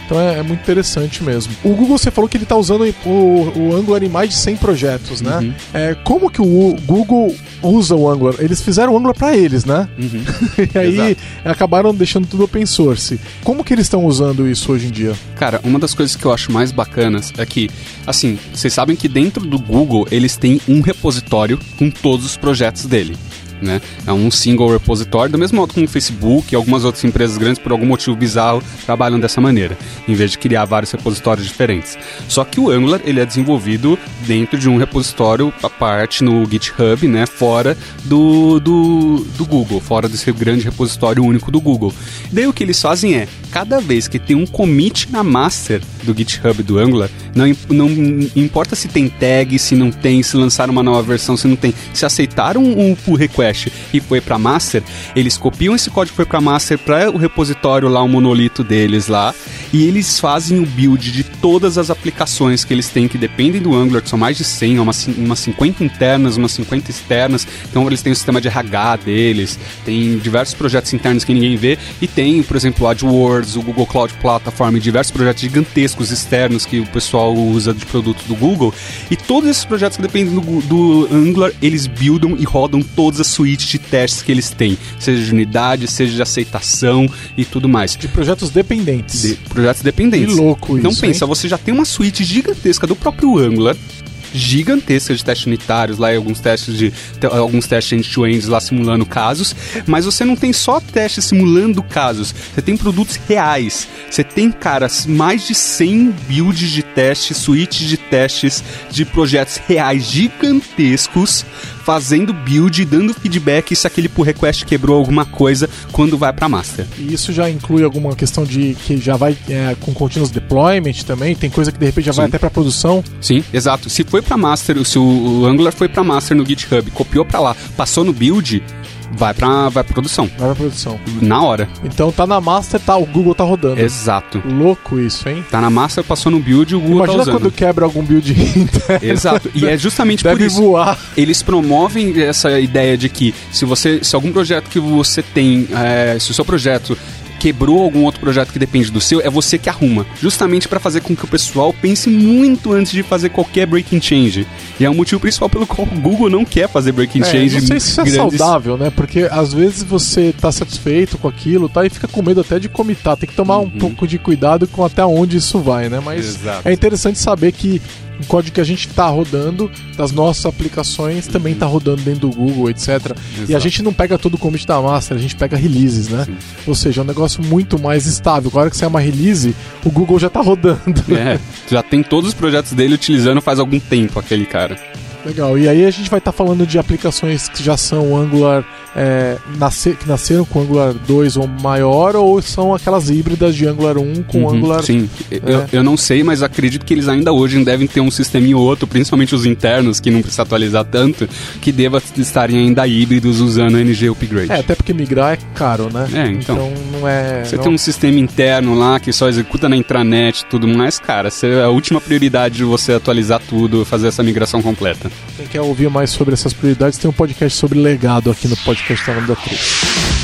Então é, é muito interessante mesmo. O Google, você falou que ele está usando o, o Angular em mais de cem projetos, né? Uhum. É, como que o Google usa o Angular? Eles fizeram o Angular para eles, né? Uhum. E aí Exato. acabaram deixando tudo open source. Como que eles estão usando isso hoje em dia? Cara, uma das coisas que eu acho mais bacanas é que, assim, vocês sabem que dentro do Google eles têm um repositório com todos os projetos dele. Né? É um single repository, do mesmo modo como o Facebook e algumas outras empresas grandes, por algum motivo bizarro, trabalham dessa maneira, em vez de criar vários repositórios diferentes. Só que o Angular, ele é desenvolvido dentro de um repositório à parte no GitHub, né? Fora do, do, do Google, fora desse grande repositório único do Google. Daí o que eles fazem é, cada vez que tem um commit na master do GitHub do Angular, não, não importa se tem tag, se não tem, se lançaram uma nova versão, se não tem, se aceitaram um pull request e foi para master, eles copiam esse código que foi para master para o repositório lá, o monolito deles lá, e eles fazem o build de todas as aplicações que eles têm, que dependem do Angular, que são mais de cem, umas, umas cinquenta internas, umas cinquenta externas. Então eles têm o sistema de R H deles, tem diversos projetos internos que ninguém vê, e tem, por exemplo, o AdWords, o Google Cloud Platform, e diversos projetos gigantescos externos que o pessoal usa de produtos do Google, e todos esses projetos que dependem do, do Angular, eles buildam e rodam todas as suíte de testes que eles têm, seja de unidade, seja de aceitação e tudo mais. De projetos dependentes. De projetos dependentes. Que louco então, isso, Então pensa, hein? Você já tem uma suíte gigantesca do próprio Angular, gigantesca de testes unitários lá, e alguns testes de te, alguns testes end-to-end lá simulando casos, mas você não tem só testes simulando casos, você tem produtos reais, você tem, cara, mais de cem builds de testes, suítes de testes de projetos reais gigantescos, fazendo build e dando feedback se aquele pull request quebrou alguma coisa quando vai para master. E isso já inclui alguma questão de que já vai é, com continuous deployment também? Tem coisa que de repente já Sim. vai até para produção? Sim, exato. Se foi para master, se o Angular foi para master no GitHub, copiou para lá, passou no build, vai pra, vai pra produção. Vai pra produção. Na hora. Então tá na master, tá, o Google tá rodando. Exato. Louco isso, hein? Tá na master, passou no build e o Google Imagina tá usando. quando quebra algum build interno. Exato. E é justamente Deve por isso. voar. Eles promovem essa ideia de que se você, se algum projeto que você tem, é, se o seu projeto quebrou algum outro projeto que depende do seu, é você que arruma. Justamente para fazer com que o pessoal pense muito antes de fazer qualquer breaking change. E é o motivo principal pelo qual o Google não quer fazer breaking é, change. Não sei se isso grandes... é saudável, né? Porque às vezes você tá satisfeito com aquilo, tá? E fica com medo até de comitar. Tem que tomar uhum. um pouco de cuidado com até onde isso vai, né? Mas Exato. É interessante saber que o código que a gente está rodando, das nossas aplicações, uhum. também está rodando dentro do Google, etcétera. Exato. E a gente não pega todo o commit da master, a gente pega releases, né? Sim. Ou seja, é um negócio muito mais estável. Agora que sai uma release, o Google já está rodando. É, já tem todos os projetos dele utilizando faz algum tempo, aquele cara. Legal, e aí a gente vai estar tá falando de aplicações que já são Angular, é, nascer, que nasceram com Angular dois ou maior, ou são aquelas híbridas de Angular um com uhum, Angular... Sim, é. eu, eu não sei, mas acredito que eles ainda hoje devem ter um sisteminha ou outro, principalmente os internos, que não precisa atualizar tanto, que deva estarem ainda híbridos usando N G Upgrade. É, até porque migrar é caro, né? É, então. Então não é... Você não... tem um sistema interno lá que só executa na intranet e tudo mais, cara, é a última prioridade de você atualizar tudo, fazer essa migração completa. Quem quer ouvir mais sobre essas prioridades, tem um podcast sobre legado aqui no podcast da Lambda três.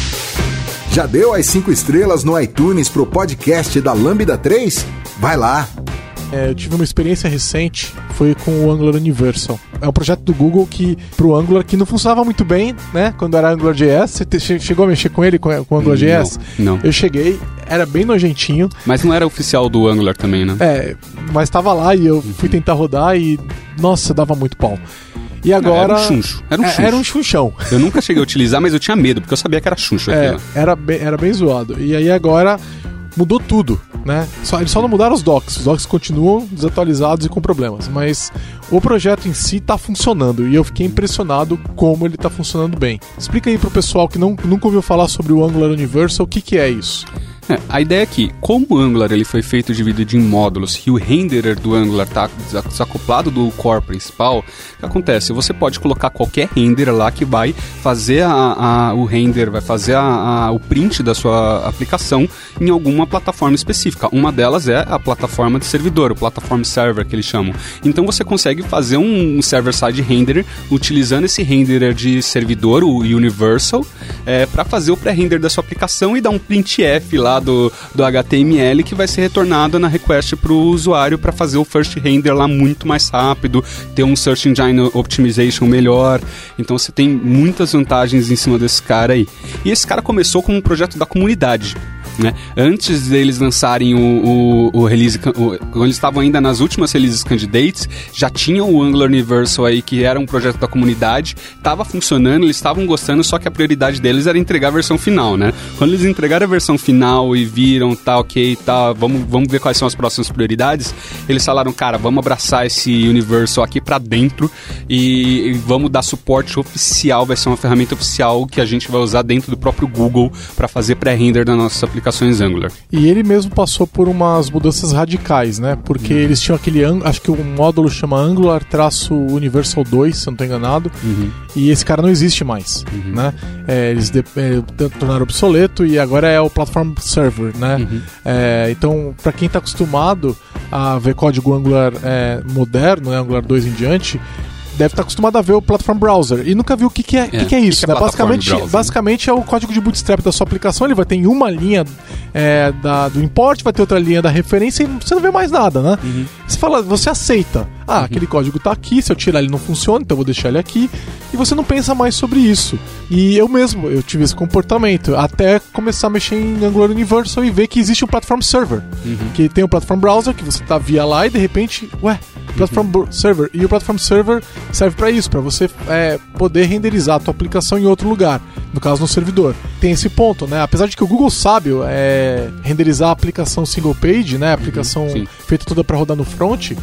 Já deu as cinco estrelas no iTunes pro podcast da Lambda três? Vai lá! É, eu tive uma experiência recente, foi com o Angular Universal. É um projeto do Google que, pro Angular, que não funcionava muito bem, né? Quando era AngularJS. Você te, chegou a mexer com ele, com, com o AngularJS? Não, não. Eu cheguei, era bem nojentinho. Mas não era oficial do Angular também, né? É, mas tava lá e eu fui tentar rodar e, nossa, dava muito pau. E agora... Era um chuncho. Era um, chuncho. Era um chunchão. Eu nunca cheguei a utilizar, mas eu tinha medo, porque eu sabia que era chuncho é, aquilo. Era bem, era bem zoado. E aí agora mudou tudo, né? Só, eles só não mudaram os docs. Os docs continuam desatualizados e com problemas. Mas o projeto em si tá funcionando. E eu fiquei impressionado como ele tá funcionando bem. Explica aí pro pessoal que não, nunca ouviu falar sobre o Angular Universal, o que que é isso? É, a ideia é que, como o Angular ele foi feito dividido em módulos e o renderer do Angular está desacoplado do core principal, o que acontece? Você pode colocar qualquer render lá que vai fazer a, a, o render, vai fazer a, a, o print da sua aplicação em alguma plataforma específica. Uma delas é a plataforma de servidor, o platform server que eles chamam. Então você consegue fazer um, um server-side renderer utilizando esse renderer de servidor, o Universal, é, para fazer o pré-render da sua aplicação e dar um printf lá lá do, do H T M L que vai ser retornado na request para o usuário para fazer o first render lá muito mais rápido, ter um Search Engine Optimization melhor. Então você tem muitas vantagens em cima desse cara aí. E esse cara começou como um projeto da comunidade. Né? Antes deles lançarem o, o, o release, o, quando eles estavam ainda nas últimas releases candidates, já tinha o Angular Universal aí, que era um projeto da comunidade, estava funcionando, eles estavam gostando, só que a prioridade deles era entregar a versão final, né? Quando eles entregaram a versão final e viram, tá ok, tá, vamos, vamos ver quais são as próximas prioridades, eles falaram, cara, vamos abraçar esse Universal aqui pra dentro e, e vamos dar suporte oficial, vai ser uma ferramenta oficial que a gente vai usar dentro do próprio Google para fazer pré-render das nossas aplicações Angular. E ele mesmo passou por umas mudanças radicais, né? Porque uhum. eles tinham aquele, acho que o módulo chama Angular-Universal dois, se eu não estou enganado, uhum. e esse cara não existe mais, uhum. né? É, eles de, é, tornaram obsoleto e agora é o Platform Server, né? Uhum. É, então, para quem está acostumado a ver código Angular é, moderno, né? Angular dois em diante, deve estar acostumado a ver o Platform Browser e nunca viu o que, que, é, é. Que, que é isso, que que é né? Basicamente, basicamente é o código de bootstrap da sua aplicação, ele vai ter em uma linha é, da, do import, vai ter outra linha da referência e você não vê mais nada, né? Uhum. Você fala, você aceita. Ah, uhum. aquele código está aqui, se eu tirar ele não funciona, então eu vou deixar ele aqui. E você não pensa mais sobre isso. E eu mesmo, eu tive esse comportamento, até começar a mexer em Angular Universal e ver que existe um Platform Server. Uhum. Que tem o Platform Browser, que você tá via lá e de repente, ué, Platform uhum. Server. E o Platform Server serve para isso, para você é, poder renderizar a tua aplicação em outro lugar, no caso no servidor. Tem esse ponto, né? Apesar de que o Google sabe é, renderizar a aplicação single page, né? A aplicação uhum. feita toda para rodar no front.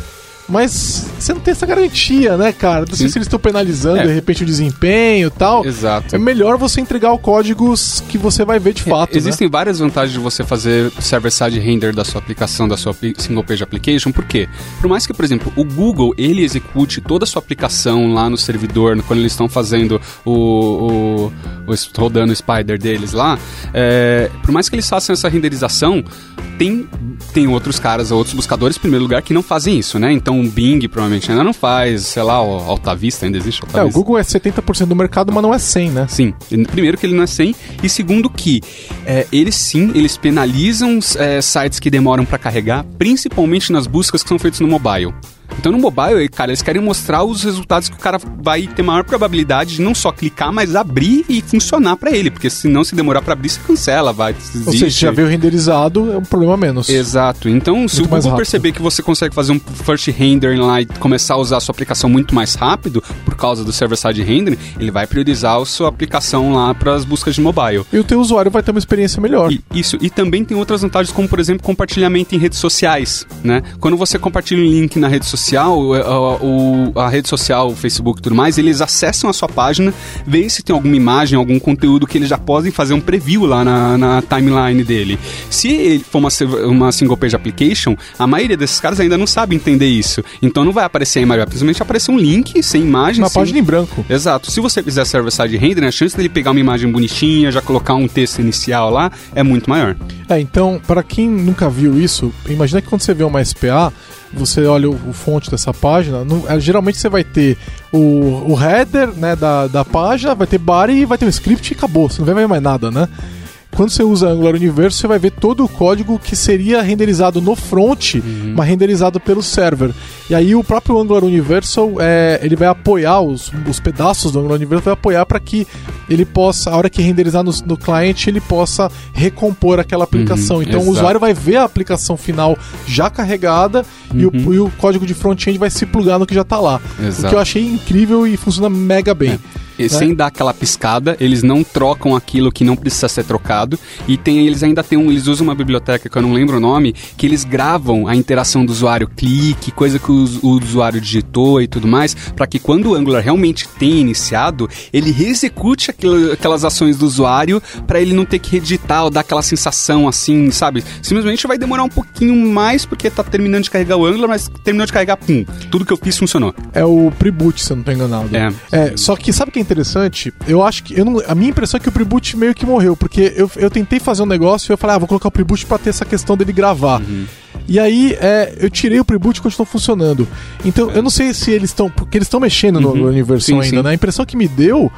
Mas você não tem essa garantia, né, cara? Não sei Sim. se eles estão penalizando, é. de repente, o desempenho e tal. Exato. É melhor você entregar o código que você vai ver de fato, é, Existem né? várias vantagens de você fazer server-side render da sua aplicação, da sua single page application. Por quê? Por mais que, por exemplo, o Google, ele execute toda a sua aplicação lá no servidor, quando eles estão fazendo o, o, o rodando o Spider deles lá, é, por mais que eles façam essa renderização, tem, tem outros caras, outros buscadores, em primeiro lugar, que não fazem isso, né? Então, o Bing provavelmente ainda não faz, sei lá, o AltaVista ainda existe. Alta é, Vista. O Google é setenta por cento do mercado, mas não é cem, né? Sim. Primeiro que ele não é cem, e segundo que é, eles sim, eles penalizam é, sites que demoram para carregar, principalmente nas buscas que são feitas no mobile. Então no mobile, cara, eles querem mostrar os resultados que o cara vai ter maior probabilidade de não só clicar, mas abrir e funcionar pra ele, porque senão se demorar pra abrir, você cancela, vai, desiste. Ou seja, já veio renderizado, é um problema menos. Exato. Então, muito se o Google perceber que você consegue fazer um first render lá e começar a usar a sua aplicação muito mais rápido, por causa do server-side rendering, ele vai priorizar a sua aplicação lá pras buscas de mobile. E o teu usuário vai ter uma experiência melhor. E, isso. E também tem outras vantagens, como, por exemplo, compartilhamento em redes sociais, né? Quando você compartilha um link na rede social, social, a, a, a rede social, o Facebook e tudo mais, eles acessam a sua página, veem se tem alguma imagem, algum conteúdo que eles já podem fazer um preview lá na, na timeline dele. Se ele for uma, uma single page application, a maioria desses caras ainda não sabe entender isso. Então não vai aparecer a imagem, vai simplesmente aparecer um link sem imagem. Uma sem... página em branco. Exato. Se você fizer server-side rendering, a chance dele pegar uma imagem bonitinha, já colocar um texto inicial lá, é muito maior. É, então, para quem nunca viu isso, imagina que quando você vê uma S P A, você olha o, o fonte dessa página, no, é, geralmente você vai ter o, o header, né, da, da página, vai ter body, vai ter um script e acabou, você não vai ver mais nada, né? Quando você usa Angular Universal, você vai ver todo o código que seria renderizado no front, uhum. mas renderizado pelo server. E aí o próprio Angular Universal, é, ele vai apoiar, os, os pedaços do Angular Universal vai apoiar para que ele possa, a hora que renderizar no, no cliente, ele possa recompor aquela aplicação. Uhum, então exato. O usuário vai ver a aplicação final já carregada uhum. e, o, e o código de front-end vai se plugar no que já está lá. Exato. O que eu achei incrível e funciona mega bem. É. E sem é. dar aquela piscada, eles não trocam aquilo que não precisa ser trocado. E tem, eles ainda tem um, eles usam uma biblioteca que eu não lembro o nome, que eles gravam a interação do usuário, clique, coisa que o, o usuário digitou e tudo mais, para que quando o Angular realmente tenha iniciado, ele reexecute aquilo, aquelas ações do usuário, para ele não ter que reeditar ou dar aquela sensação assim, sabe? Simplesmente vai demorar um pouquinho mais, porque tá terminando de carregar o Angular, mas terminou de carregar, pum, tudo que eu fiz funcionou. É o pre-boot, se eu não tô enganado. É. é só que sabe o que é interessante? Eu acho que eu não, a minha impressão é que o pre-boot meio que morreu, porque eu, eu tentei fazer um negócio e eu falei, ah, vou colocar o pre-boot pra ter essa questão dele gravar. Uhum. E aí, é, eu tirei o pre-boot e continuou funcionando. Então, é. eu não sei se eles estão, porque eles estão mexendo no, uhum. no Universal sim, ainda, sim. né? A impressão que me deu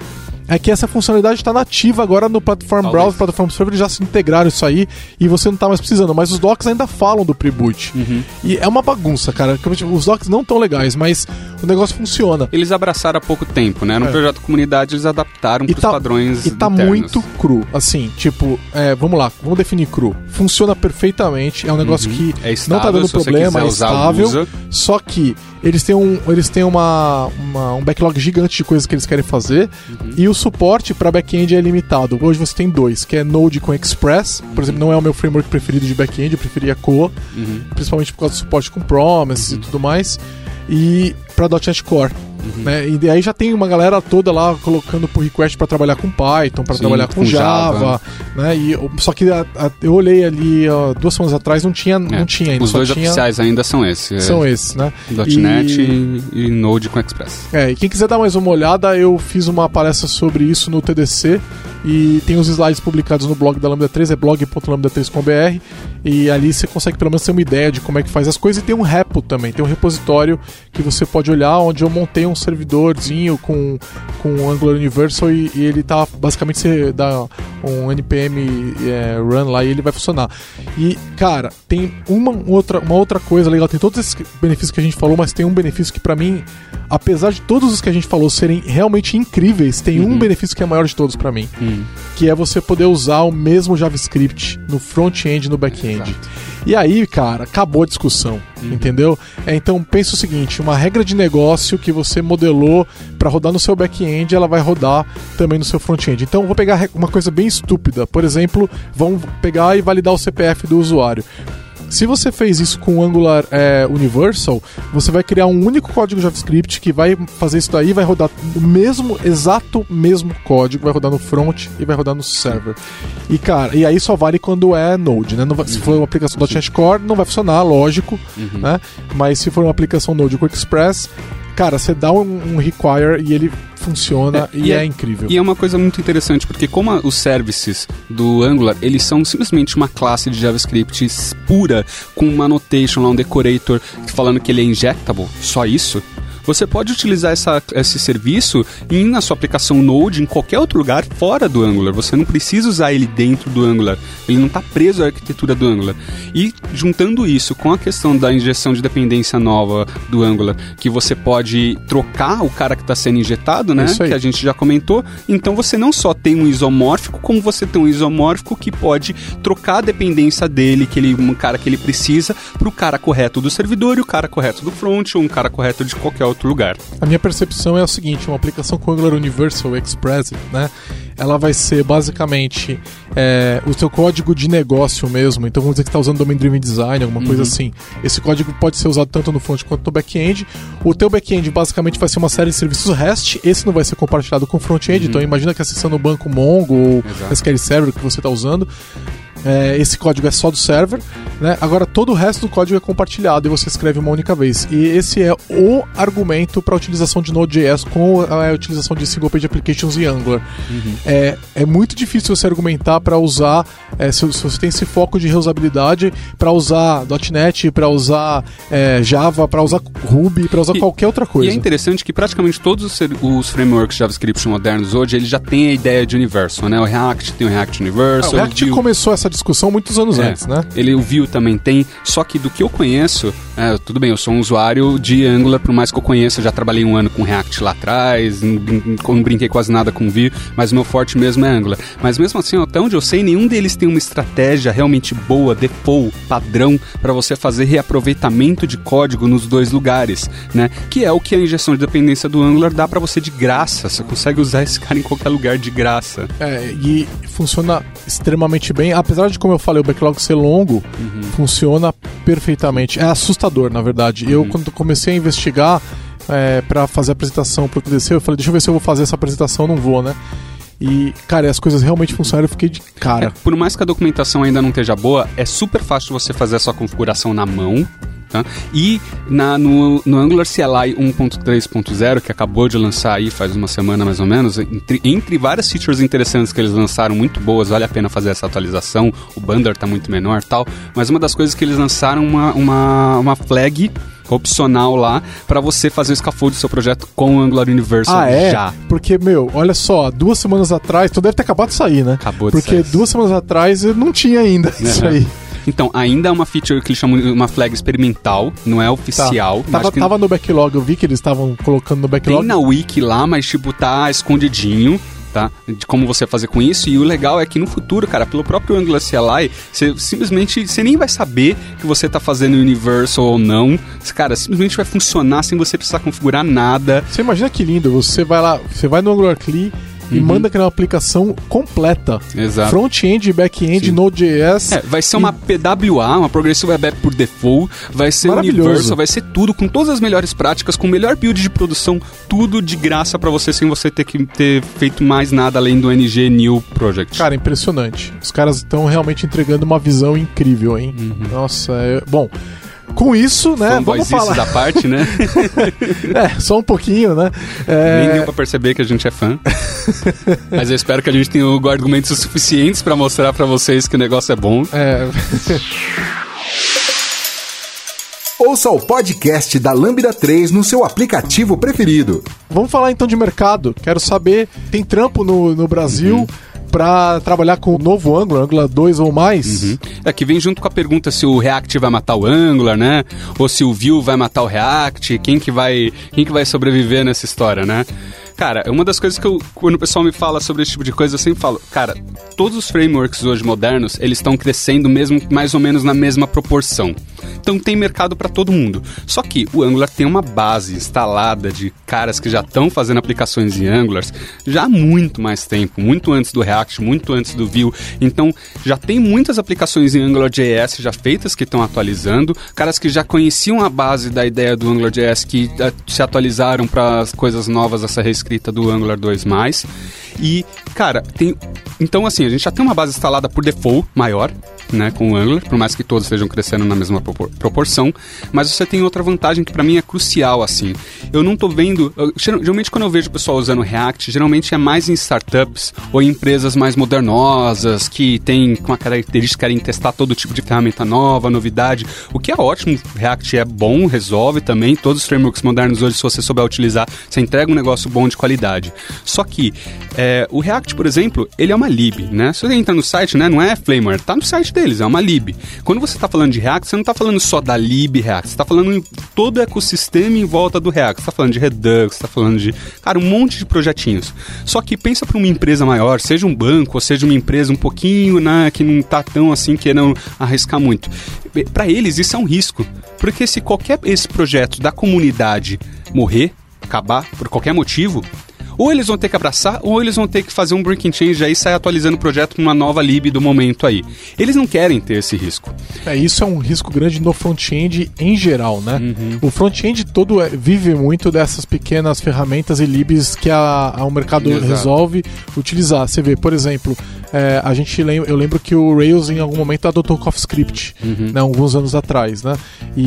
é que essa funcionalidade está nativa agora no Platform Talvez. Browser, Platform Server, já se integraram isso aí e você não está mais precisando, mas os docs ainda falam do pre-boot. Uhum. E é uma bagunça, cara. Os docs não tão legais, mas o negócio funciona. Eles abraçaram há pouco tempo, né? No É. projeto comunidade eles adaptaram para os tá, padrões E tá internos. muito cru, assim, tipo, é, vamos lá, vamos definir cru. Funciona perfeitamente, é um negócio Uhum. que É não estável, tá dando se você problema, quiser é usar, estável, usa. só que eles têm, um, eles têm uma, uma- um backlog gigante de coisas que eles querem fazer Uhum. e o suporte para back-end é limitado. Hoje você tem dois, que é Node com Express, por exemplo, não é o meu framework preferido de back-end, eu preferia Koa, Uhum. principalmente por causa do suporte com Promise e tudo mais, e para .ponto .NET Core. Uhum. Né? E aí já tem uma galera toda lá colocando pull request para trabalhar com Python, para Sim, trabalhar com, com Java, Java. né? E, eu- só que a- a- eu olhei ali ó, duas semanas atrás, não tinha, não É. tinha ainda. Os só dois tinha, oficiais ainda são esses. são é, esses, né? .ponto .NET e... E Node com Express. É, e quem quiser dar mais uma olhada, eu fiz uma palestra sobre isso no T D C e tem os slides publicados no blog da Lambda três, é blog ponto lambda três ponto com ponto b r, e ali você consegue pelo menos ter uma ideia de como é que faz as coisas, e tem um repo também, tem um repositório que você pode olhar, onde eu montei um servidorzinho com, com Angular Universal e, e ele tá, basicamente você dá um npm é, run lá e ele vai funcionar. E, cara, tem uma outra, uma outra coisa legal, tem todos esses benefícios que a gente falou, mas tem um benefício que pra mim, apesar de todos os que a gente falou serem realmente incríveis, tem Uhum. um benefício que é maior de todos pra mim, Hum. que é você poder usar o mesmo JavaScript no front-end e no back-end. Exato. E aí, cara, acabou a discussão, Uhum. entendeu? É, então, pensa o seguinte, uma regra de negócio que você modelou para rodar no seu back-end, ela vai rodar também no seu front-end. Então, eu vou pegar uma coisa bem estúpida. Por exemplo, vamos pegar e validar o C P F do usuário. Se você fez isso com o Angular é, Universal, você vai criar um único código JavaScript que vai fazer isso daí, vai rodar o mesmo, exato mesmo código, vai rodar no front e vai rodar no server. E cara, e aí só vale quando é Node, né? Não vai, se for uma aplicação .ponto .NET Core, não vai funcionar, lógico, Uhum. né? Mas se for uma aplicação Node com Express, cara, você dá um, um require e ele funciona É, e, e é, é- incrível. E é uma coisa muito interessante, porque como a- os services do Angular, eles são simplesmente uma classe de JavaScript pura, com uma annotation lá, um decorator, falando que ele é injectable, só isso. Você pode utilizar essa, esse serviço em, na sua aplicação Node em qualquer outro lugar fora do Angular. Você não precisa usar ele dentro do Angular. Ele não está preso à arquitetura do Angular. E juntando isso com a questão da injeção de dependência nova do Angular, que você pode trocar o cara que está sendo injetado, né? Isso aí. Que a gente já comentou. Então você não só tem um isomórfico, como você tem um isomórfico que pode trocar a dependência dele, que ele, um cara que ele precisa, para o cara correto do servidor e o cara correto do front, ou um cara correto de qualquer outro lugar. A minha percepção é o seguinte, uma aplicação com Angular Universal Express, né, ela vai ser basicamente é, o seu código de negócio mesmo, então vamos dizer que está usando Domain Driven Design, alguma coisa Uhum. assim. Esse código pode ser usado tanto no front quanto no back-end. O teu back-end basicamente vai ser uma série de serviços REST, esse não vai ser compartilhado com o front-end, Uhum. então imagina que acessando o banco Mongo ou Exato. S Q L Server que você está usando, é, esse código é só do server, né? Agora todo o resto do código é compartilhado e você escreve uma única vez. E esse é o argumento para a utilização de Node.js com a utilização de Single Page Applications e Angular. Uhum. É, é muito difícil você argumentar para usar, é, se, se você tem esse foco de reusabilidade, para usar .ponto .NET, para usar é, Java, para usar Ruby, para usar E- qualquer outra coisa. E é interessante que praticamente todos os, ser- os frameworks JavaScript modernos hoje, eles já têm a ideia de Universal, né? O React tem o React Ah, Universal. o React Vue- começou essa discussão muitos anos É. antes, né? Ele, o Vue também tem, só que do que eu conheço, é, tudo bem, eu sou um usuário de Angular, por mais que eu conheça, eu já trabalhei um ano com React lá atrás, não, brin- não brinquei quase nada com Vue, mas o meu forte mesmo é Angular. Mas mesmo assim, até onde eu sei, nenhum deles tem uma estratégia realmente boa, default, padrão, para você fazer reaproveitamento de código nos dois lugares, né? Que é o que a injeção de dependência do Angular dá para você de graça, você consegue usar esse cara em qualquer lugar de graça. É, e funciona extremamente bem, apesar de, como eu falei, o backlog ser longo, Uhum. funciona perfeitamente. É assustador, na verdade. Eu, Uhum. quando comecei a investigar é, para fazer a apresentação pro T D C, eu falei, deixa eu ver se eu vou fazer essa apresentação, não vou, né? E, cara, as coisas realmente funcionaram, eu fiquei de cara. É, por mais que a documentação ainda não esteja boa, é super fácil você fazer a sua configuração na mão. Tá? E na, no, no Angular C L I um ponto três ponto zero, que acabou de lançar aí faz uma semana mais ou menos, entre, entre várias features interessantes que eles lançaram, muito boas, vale a pena fazer essa atualização, o bundler está muito menor e tal, mas uma das coisas que eles lançaram uma, uma, uma flag opcional lá para você fazer o scaffold do seu projeto com o Angular Universal ah, é? já. Porque, meu, olha só, duas semanas atrás, tu deve ter acabado de sair, né? Acabou de Porque sair. Porque duas semanas atrás eu não tinha ainda uhum. isso aí. Então, ainda é uma feature que eles chamam de uma flag experimental, não é oficial. Tá. Tava, que... tava no backlog, eu vi que eles estavam colocando no backlog. Tem na wiki lá, mas tipo, tá escondidinho, tá? De como você fazer com isso. E o legal é que no futuro, cara, pelo próprio Angular C L I, você simplesmente, você nem vai saber que você tá fazendo Universal ou não. Cara, simplesmente vai funcionar sem você precisar configurar nada. Você imagina que lindo, você vai lá, você vai no Angular C L I e uhum. manda criar uma aplicação completa. Exato. Front-end, back-end, Node.js. É, vai ser uma e... P W A, uma Progressive Web App por default, vai ser Universal, vai ser tudo com todas as melhores práticas, com o melhor build de produção, tudo de graça pra você, sem você ter que ter feito mais nada além do N G New Project. Cara, impressionante. Os caras estão realmente entregando uma visão incrível, hein? Uhum. Nossa, é... Bom... Com isso, né, São vamos falar... da parte, né? é, só um pouquinho, né? É... Nem deu pra perceber que a gente é fã. Mas eu espero que a gente tenha argumentos suficientes pra mostrar pra vocês que o negócio é bom. É... Ouça o podcast da Lambda três no seu aplicativo preferido. Vamos falar então de mercado. Quero saber, tem trampo no, no Brasil... Uhum. Pra trabalhar com o novo Angular, Angular dois ou mais. Uhum. É, que vem junto com a pergunta se o React vai matar o Angular, né? Ou se o Vue vai matar o React, quem que vai, quem que vai sobreviver nessa história, né? Cara, uma das coisas que eu, quando o pessoal me fala sobre esse tipo de coisa, eu sempre falo, cara, todos os frameworks hoje modernos, eles estão crescendo mesmo, mais ou menos na mesma proporção. Então tem mercado para todo mundo. Só que o Angular tem uma base instalada de caras que já estão fazendo aplicações em Angular já há muito mais tempo, muito antes do React, muito antes do Vue. Então já tem muitas aplicações em AngularJS já feitas que estão atualizando, caras que já conheciam a base da ideia do AngularJS que uh, se atualizaram para as coisas novas, essa reescrita do Angular dois mais. E, cara, tem... Então, assim, a gente já tem uma base instalada por default maior, né, com o Angular, por mais que todos estejam crescendo na mesma propor- proporção, mas você tem outra vantagem que pra mim é crucial, assim. Eu não tô vendo... Eu, geralmente, quando eu vejo o pessoal usando React, geralmente é mais em startups ou em empresas mais modernosas, que tem uma característica em testar todo tipo de ferramenta nova, novidade, o que é ótimo. React é bom, resolve também. Todos os frameworks modernos hoje, se você souber utilizar, você entrega um negócio bom de qualidade. Só que é, o React, por exemplo, ele é uma lib, né? Se você entra no site, né, não é Flamer, tá no site deles, é uma lib. Quando você está falando de React, você não está falando só da lib React, você está falando em todo o ecossistema em volta do React. Você está falando de Redux, você está falando de, cara, um monte de projetinhos. Só que pensa para uma empresa maior, seja um banco, ou seja uma empresa um pouquinho, né, que não está tão assim, querendo arriscar muito. Para eles, isso é um risco. Porque se qualquer esse projeto da comunidade morrer, acabar por qualquer motivo, ou eles vão ter que abraçar, ou eles vão ter que fazer um breaking change aí e sair atualizando o projeto para uma nova lib do momento aí. Eles não querem ter esse risco. É, isso é um risco grande no front-end em geral, né? Uhum. O front-end todo é, vive muito dessas pequenas ferramentas e libs que a, a, o mercado Exato. resolve utilizar. Você vê, por exemplo, é, a gente lem- eu lembro que o Rails em algum momento adotou CoffeeScript, uhum. né, alguns anos atrás, né?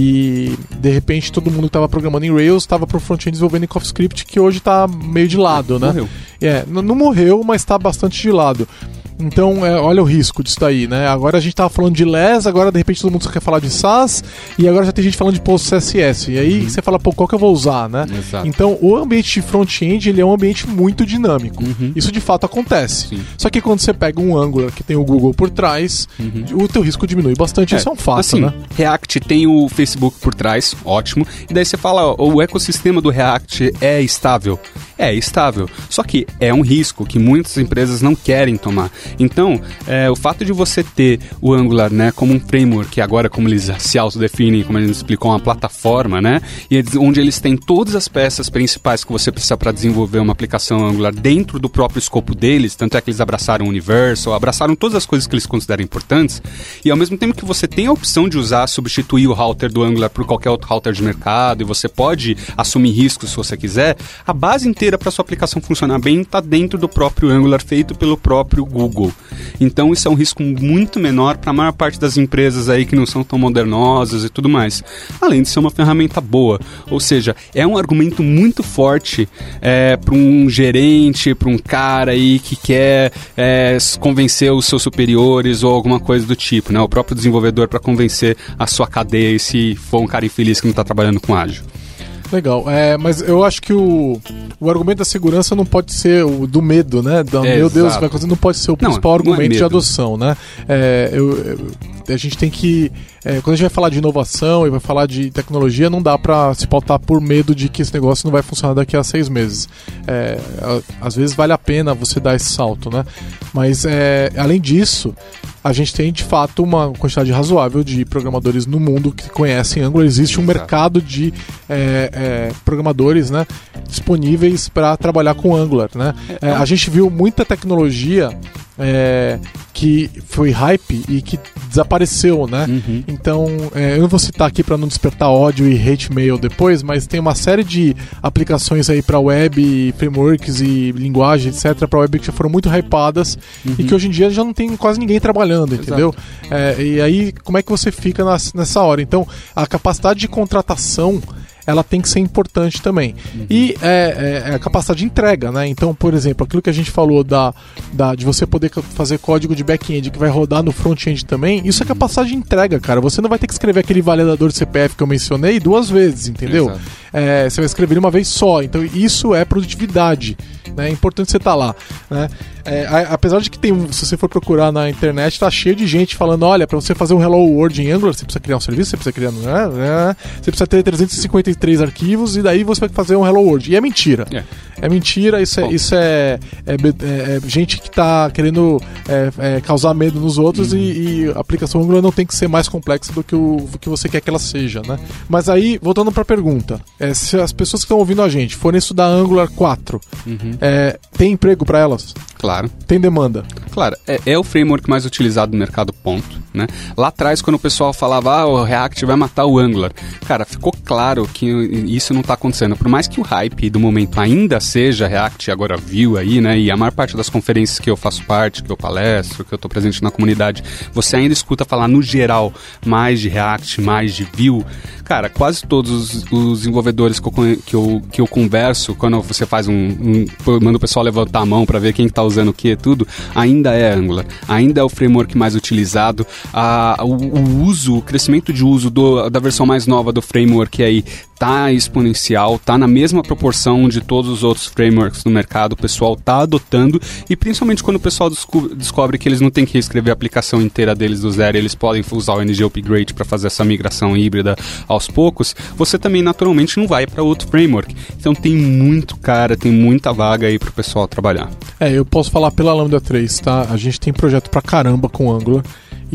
E de repente todo mundo que estava programando em Rails estava para o front-end desenvolvendo em CoffeeScript, que hoje está meio de lado. Né? Morreu. É, n- não morreu, mas está bastante de lado. Então, é, olha o risco disso daí, né? Agora a gente tava falando de less, agora de repente todo mundo só quer falar de SaaS, e agora já tem gente falando de PostCSS. E aí uhum. você fala, pô, qual que eu vou usar, né? Exato. Então, o ambiente de front-end, ele é um ambiente muito dinâmico. Uhum. Isso de fato acontece. Sim. Só que quando você pega um Angular que tem o Google por trás, uhum. o teu risco diminui bastante. É, isso é um fato, assim, né? React tem o Facebook por trás, ótimo. E daí você fala, ó, o ecossistema do React é estável? É estável. Só que é um risco que muitas empresas não querem tomar. Então, é, o fato de você ter o Angular, né, como um framework, que agora, como eles se autodefinem, como a gente explicou, uma plataforma, né, e eles, onde eles têm todas as peças principais que você precisa para desenvolver uma aplicação Angular dentro do próprio escopo deles, tanto é que eles abraçaram o Universal, abraçaram todas as coisas que eles consideram importantes, e ao mesmo tempo que você tem a opção de usar, substituir o router do Angular por qualquer outro router de mercado, e você pode assumir riscos se você quiser, a base inteira para sua aplicação funcionar bem está dentro do próprio Angular, feito pelo próprio Google. Então isso é um risco muito menor para a maior parte das empresas aí que não são tão modernosas e tudo mais. Além de ser uma ferramenta boa. Ou seja, é um argumento muito forte é, para um gerente, para um cara aí que quer é, convencer os seus superiores ou alguma coisa do tipo, né? O próprio desenvolvedor para convencer a sua cadeia, se for um cara infeliz que não está trabalhando com ágil. Legal, é, mas eu acho que o, o argumento da segurança não pode ser o do medo, né? Do, é, meu Deus, exato. vai acontecer, não pode ser o Não, principal não argumento é de medo. adoção, né? É, eu, eu, a gente tem que, é, quando a gente vai falar de inovação e vai falar de tecnologia, não dá para se pautar por medo de que esse negócio não vai funcionar daqui a seis meses. É, a, às vezes vale a pena você dar esse salto, né? Mas, é, além disso, a gente tem de fato uma quantidade razoável de programadores no mundo que conhecem Angular. Existe um Exato. mercado de é, é, programadores, né, disponíveis para trabalhar com Angular, né? É, a gente viu muita tecnologia é, que foi hype e que desapareceu, né? Uhum. Então, é, eu não vou citar aqui para não despertar ódio e hate mail depois, mas tem uma série de aplicações aí para web, frameworks e linguagem, etcétera, para web que já foram muito hypadas uhum. e que hoje em dia já não tem quase ninguém trabalhando, entendeu? É, e aí, como é que você fica nas, nessa hora? Então, a capacidade de contratação ela tem que ser importante também. Uhum. E é, é a capacidade de entrega, né? Então, por exemplo, aquilo que a gente falou da, da, de você poder fazer código de back-end que vai rodar no front-end também, isso é capacidade de entrega, cara. Você não vai ter que escrever aquele validador de C P F que eu mencionei duas vezes, entendeu? É, você vai escrever uma vez só. Então, isso é produtividade, né? É importante você estar lá, né? É, a, apesar de que tem um, se você for procurar na internet, tá cheio de gente falando, olha, para você fazer um Hello World em Angular, você precisa criar um serviço, você precisa criar... Né, você precisa ter trezentos e cinquenta e três arquivos e daí você vai fazer um Hello World. E é mentira. É, é mentira, isso é, isso é, é, é, é gente que tá querendo é, é, causar medo nos outros uhum. e, e a aplicação Angular não tem que ser mais complexa do que o que você quer que ela seja, né? Mas aí, voltando para a pergunta, é, se as pessoas que estão ouvindo a gente forem estudar Angular quatro, uhum. é, tem emprego para elas? Claro. Tem demanda? Claro, é, é o framework mais utilizado no mercado, ponto, né? Lá atrás, quando o pessoal falava, ah, o React vai matar o Angular, cara, ficou claro que isso não está acontecendo. Por mais que o hype do momento ainda seja React, agora Vue aí, né? E a maior parte das conferências que eu faço parte, que eu palestro, que eu estou presente na comunidade, você ainda escuta falar, no geral, mais de React, mais de Vue. Cara, quase todos os, os desenvolvedores que eu, que, eu, que eu converso, quando você faz um, um manda o pessoal levantar a mão para ver quem está usando o que, tudo, ainda é Angular, ainda é o framework mais utilizado. A, o, o uso, o crescimento de uso do, da versão mais nova do framework aí tá exponencial, tá na mesma proporção de todos os outros frameworks no mercado, o pessoal tá adotando, e principalmente quando o pessoal descobre, descobre que eles não tem que reescrever a aplicação inteira deles do zero, eles podem usar o N G Upgrade para fazer essa migração híbrida aos poucos, você também naturalmente não vai para outro framework. Então tem muito cara, tem muita vaga aí pro pessoal trabalhar. É, eu posso falar pela Lambda três, tá? A gente tem projeto pra caramba com Angular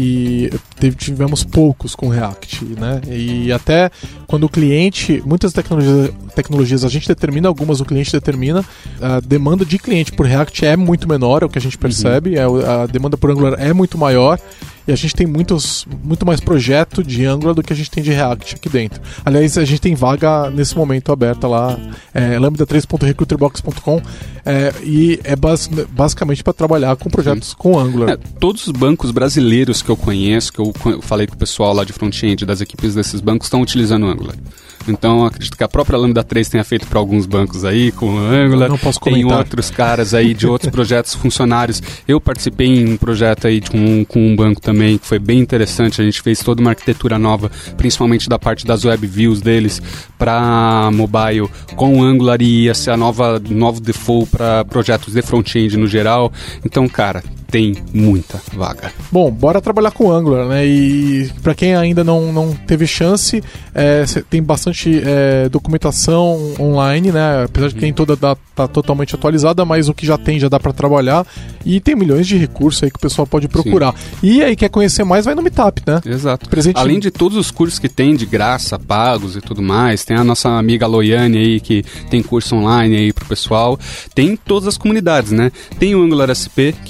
e teve, tivemos poucos com React, né? E até quando o cliente, muitas tecnologias, tecnologias a gente determina, algumas o cliente determina, a demanda de cliente por React é muito menor, é o que a gente percebe, uhum. é, a demanda por Angular é muito maior. E a gente tem muitos, muito mais projeto de Angular do que a gente tem de React aqui dentro. Aliás, a gente tem vaga nesse momento aberta lá, é, lambda três ponto recruiterbox ponto com, é, e é bas- basicamente para trabalhar com projetos Sim. com Angular. É, todos os bancos brasileiros que eu conheço, que eu falei com o pessoal lá de front-end, das equipes desses bancos, estão utilizando Angular. Então, acredito que a própria Lambda três tenha feito para alguns bancos aí, com Angular. Não posso comentar. Tem outros caras aí de outros projetos funcionários. Eu participei em um projeto aí de um, com um banco também, que foi bem interessante. A gente fez toda uma arquitetura nova, principalmente da parte das web views deles, para mobile, com Angular, e ia ser a nova, novo default para projetos de front-end no geral. Então, cara, tem muita vaga. Bom, bora trabalhar com Angular, né? E para quem ainda não, não teve chance, é, tem bastante é, documentação online, né? Apesar de que nem toda tá, tá totalmente atualizada, mas o que já tem já dá para trabalhar. E tem milhões de recursos aí que o pessoal pode procurar. Sim. E aí, quer conhecer mais, vai no Meetup, né? Exato. Presente... Além de todos os cursos que tem de graça, pagos e tudo mais, tem a nossa amiga Loiane aí, que tem curso online aí pro pessoal. Tem todas as comunidades, né? Tem o Angular S P, que por um acaso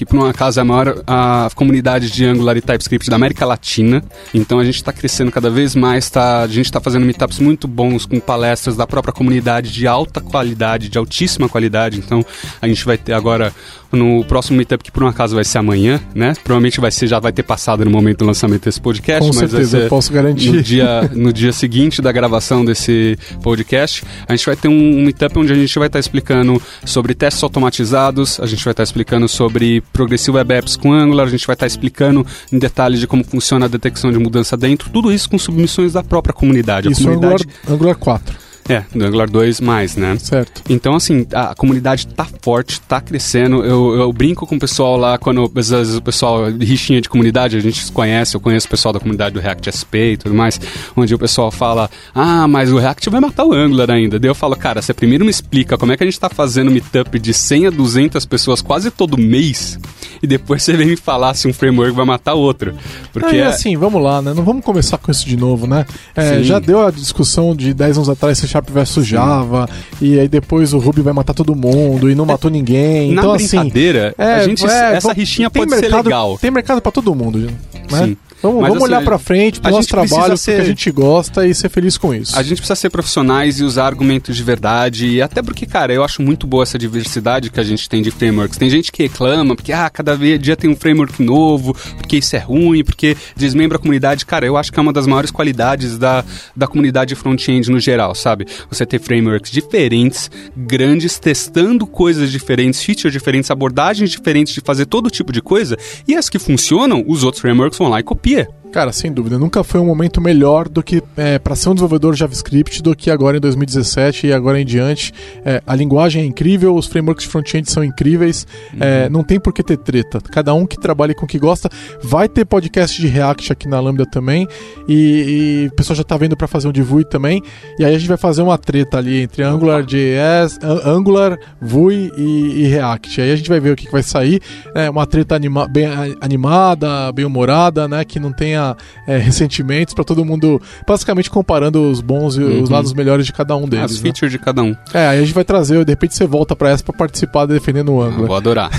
caso, é a maior a comunidade de Angular e TypeScript da América Latina. Então a gente está crescendo cada vez mais, tá, a gente está fazendo meetups muito bons com palestras da própria comunidade de alta qualidade, de altíssima qualidade. Então a gente vai ter agora no próximo meetup, que por um acaso vai ser amanhã, né? Provavelmente vai ser, já vai ter passado no momento do lançamento desse podcast. Com mas certeza, vai ser eu posso garantir. No dia, no dia seguinte da gravação desse podcast, a gente vai ter um, um meetup onde a gente vai estar explicando sobre testes automatizados, a gente vai estar explicando sobre Progressive Web Apps com Angular, a gente vai estar explicando em detalhes de como funciona a detecção de mudança dentro, tudo isso com submissões da própria comunidade. Isso a comunidade... Angular, Angular quatro. É, do Angular dois mais, né? Certo. Então, assim, a comunidade tá forte, tá crescendo. Eu, eu brinco com o pessoal lá, quando às vezes o pessoal, rixinha de comunidade, a gente se conhece, eu conheço o pessoal da comunidade do React S P e tudo mais, onde o pessoal fala, ah, mas o React vai matar o Angular ainda. Daí eu falo, cara, você primeiro me explica como é que a gente tá fazendo meetup de cem a duzentas pessoas quase todo mês, e depois você vem me falar se um framework vai matar outro. Porque é, é... assim, vamos lá, né? Não vamos começar com isso de novo, né? É, já deu a discussão de dez anos atrás, C Sharp versus Java, e aí depois o Ruby vai matar todo mundo e não matou ninguém. Na então, brincadeira, assim, a gente, é, essa rixinha pode mercado, ser legal. Tem mercado pra todo mundo, né? Sim. Vamos, Mas, vamos assim, olhar pra frente, pro nosso trabalho, ser... porque a gente gosta e ser feliz com isso. A gente precisa ser profissionais e usar argumentos de verdade, e até porque, cara, eu acho muito boa essa diversidade que a gente tem de frameworks. Tem gente que reclama, porque, ah, cada dia tem um framework novo, porque isso é ruim, porque desmembra a comunidade. Cara, eu acho que é uma das maiores qualidades da, da comunidade front-end no geral, sabe? Você ter frameworks diferentes, grandes, testando coisas diferentes, features diferentes, abordagens diferentes de fazer todo tipo de coisa, e as que funcionam, os outros frameworks vão lá e copiam. Cara, sem dúvida, nunca foi um momento melhor do que é, para ser um desenvolvedor JavaScript do que agora em dois mil e dezessete e agora em diante. É, a linguagem é incrível, os frameworks de front-end são incríveis, uhum. é, não tem por que ter treta. Cada um que trabalhe com o que gosta. Vai ter podcast de React aqui na Lambda também, e, e o pessoal já tá vendo para fazer um de Vue também, e aí a gente vai fazer uma treta ali entre Angular, J S, Angular, Vue e, e React. Aí a gente vai ver o que, que vai sair, é, uma treta anima, bem animada, bem humorada, né, que não tenha É, ressentimentos, para todo mundo, basicamente comparando os bons e uhum. os lados melhores de cada um deles. As features, né? De cada um. É, aí a gente vai trazer, de repente você volta para essa para participar defendendo o Angular. Ah, vou adorar.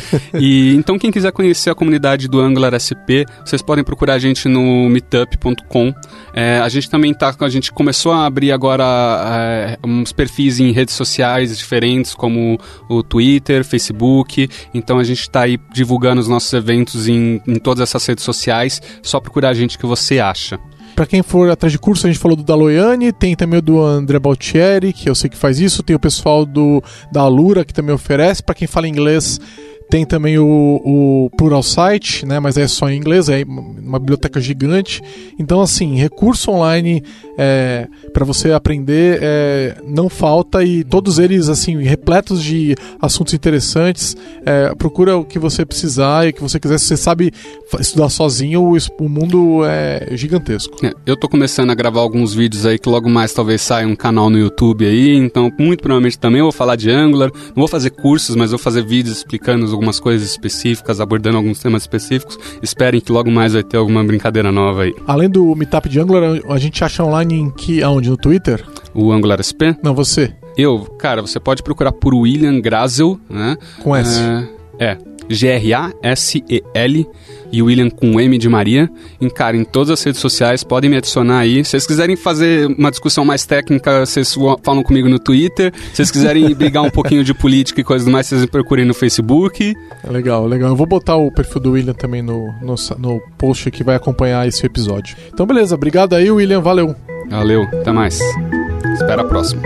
E então quem quiser conhecer a comunidade do Angular S P, vocês podem procurar a gente no meetup ponto com. É, a gente também tá, a gente começou a abrir agora é, uns perfis em redes sociais diferentes, como o Twitter, Facebook. Então a gente está aí divulgando os nossos eventos em, em todas essas redes sociais. Só procurar a gente que você acha. Para quem for atrás de curso, a gente falou do Daloiane, tem também o do André Baltieri, que eu sei que faz isso, tem o pessoal do, da Alura, que também oferece. Para quem fala inglês, tem também o, o Pluralsight, né? Mas é só em inglês, é uma biblioteca gigante. Então, assim, recurso online é, para você aprender é, não falta, e todos eles, assim, repletos de assuntos interessantes. É, procura o que você precisar e o que você quiser. Se você sabe estudar sozinho, o, o mundo é gigantesco. É, eu tô começando a gravar alguns vídeos aí que logo mais talvez saia um canal no YouTube aí, então muito provavelmente também eu vou falar de Angular. Não vou fazer cursos, mas vou fazer vídeos explicando algumas coisas específicas, abordando alguns temas específicos. Esperem que logo mais vai ter alguma brincadeira nova aí. Além do Meetup de Angular, a gente acha online em que, aonde? No Twitter? O Angular S P? Não, você. Eu? Cara, você pode procurar por William Grazel, né? Com S. É, é G R A S E L, e William com M de Maria. Em, cara, em todas as redes sociais, podem me adicionar aí. Se vocês quiserem fazer uma discussão mais técnica, vocês falam comigo no Twitter. Se vocês quiserem brigar um pouquinho de política e coisas mais, vocês me procurem no Facebook. Legal, legal. Eu vou botar o perfil do William também no, no, no post que vai acompanhar esse episódio. Então, beleza. Obrigado aí, William. Valeu. Valeu. Até mais. Espera a próxima.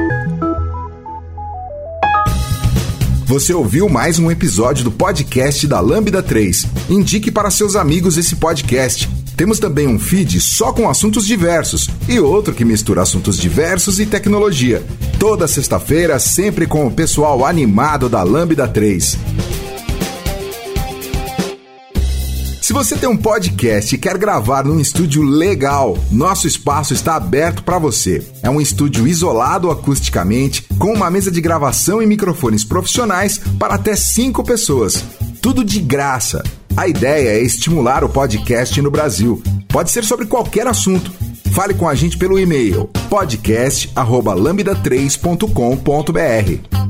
Você ouviu mais um episódio do podcast da Lambda três. Indique para seus amigos esse podcast. Temos também um feed só com assuntos diversos e outro que mistura assuntos diversos e tecnologia. Toda sexta-feira, sempre com o pessoal animado da Lambda três. Se você tem um podcast e quer gravar num estúdio legal, nosso espaço está aberto para você. É um estúdio isolado acusticamente, com uma mesa de gravação e microfones profissionais para até cinco pessoas. Tudo de graça. A ideia é estimular o podcast no Brasil. Pode ser sobre qualquer assunto. Fale com a gente pelo e-mail podcast arroba lambda três ponto com ponto br.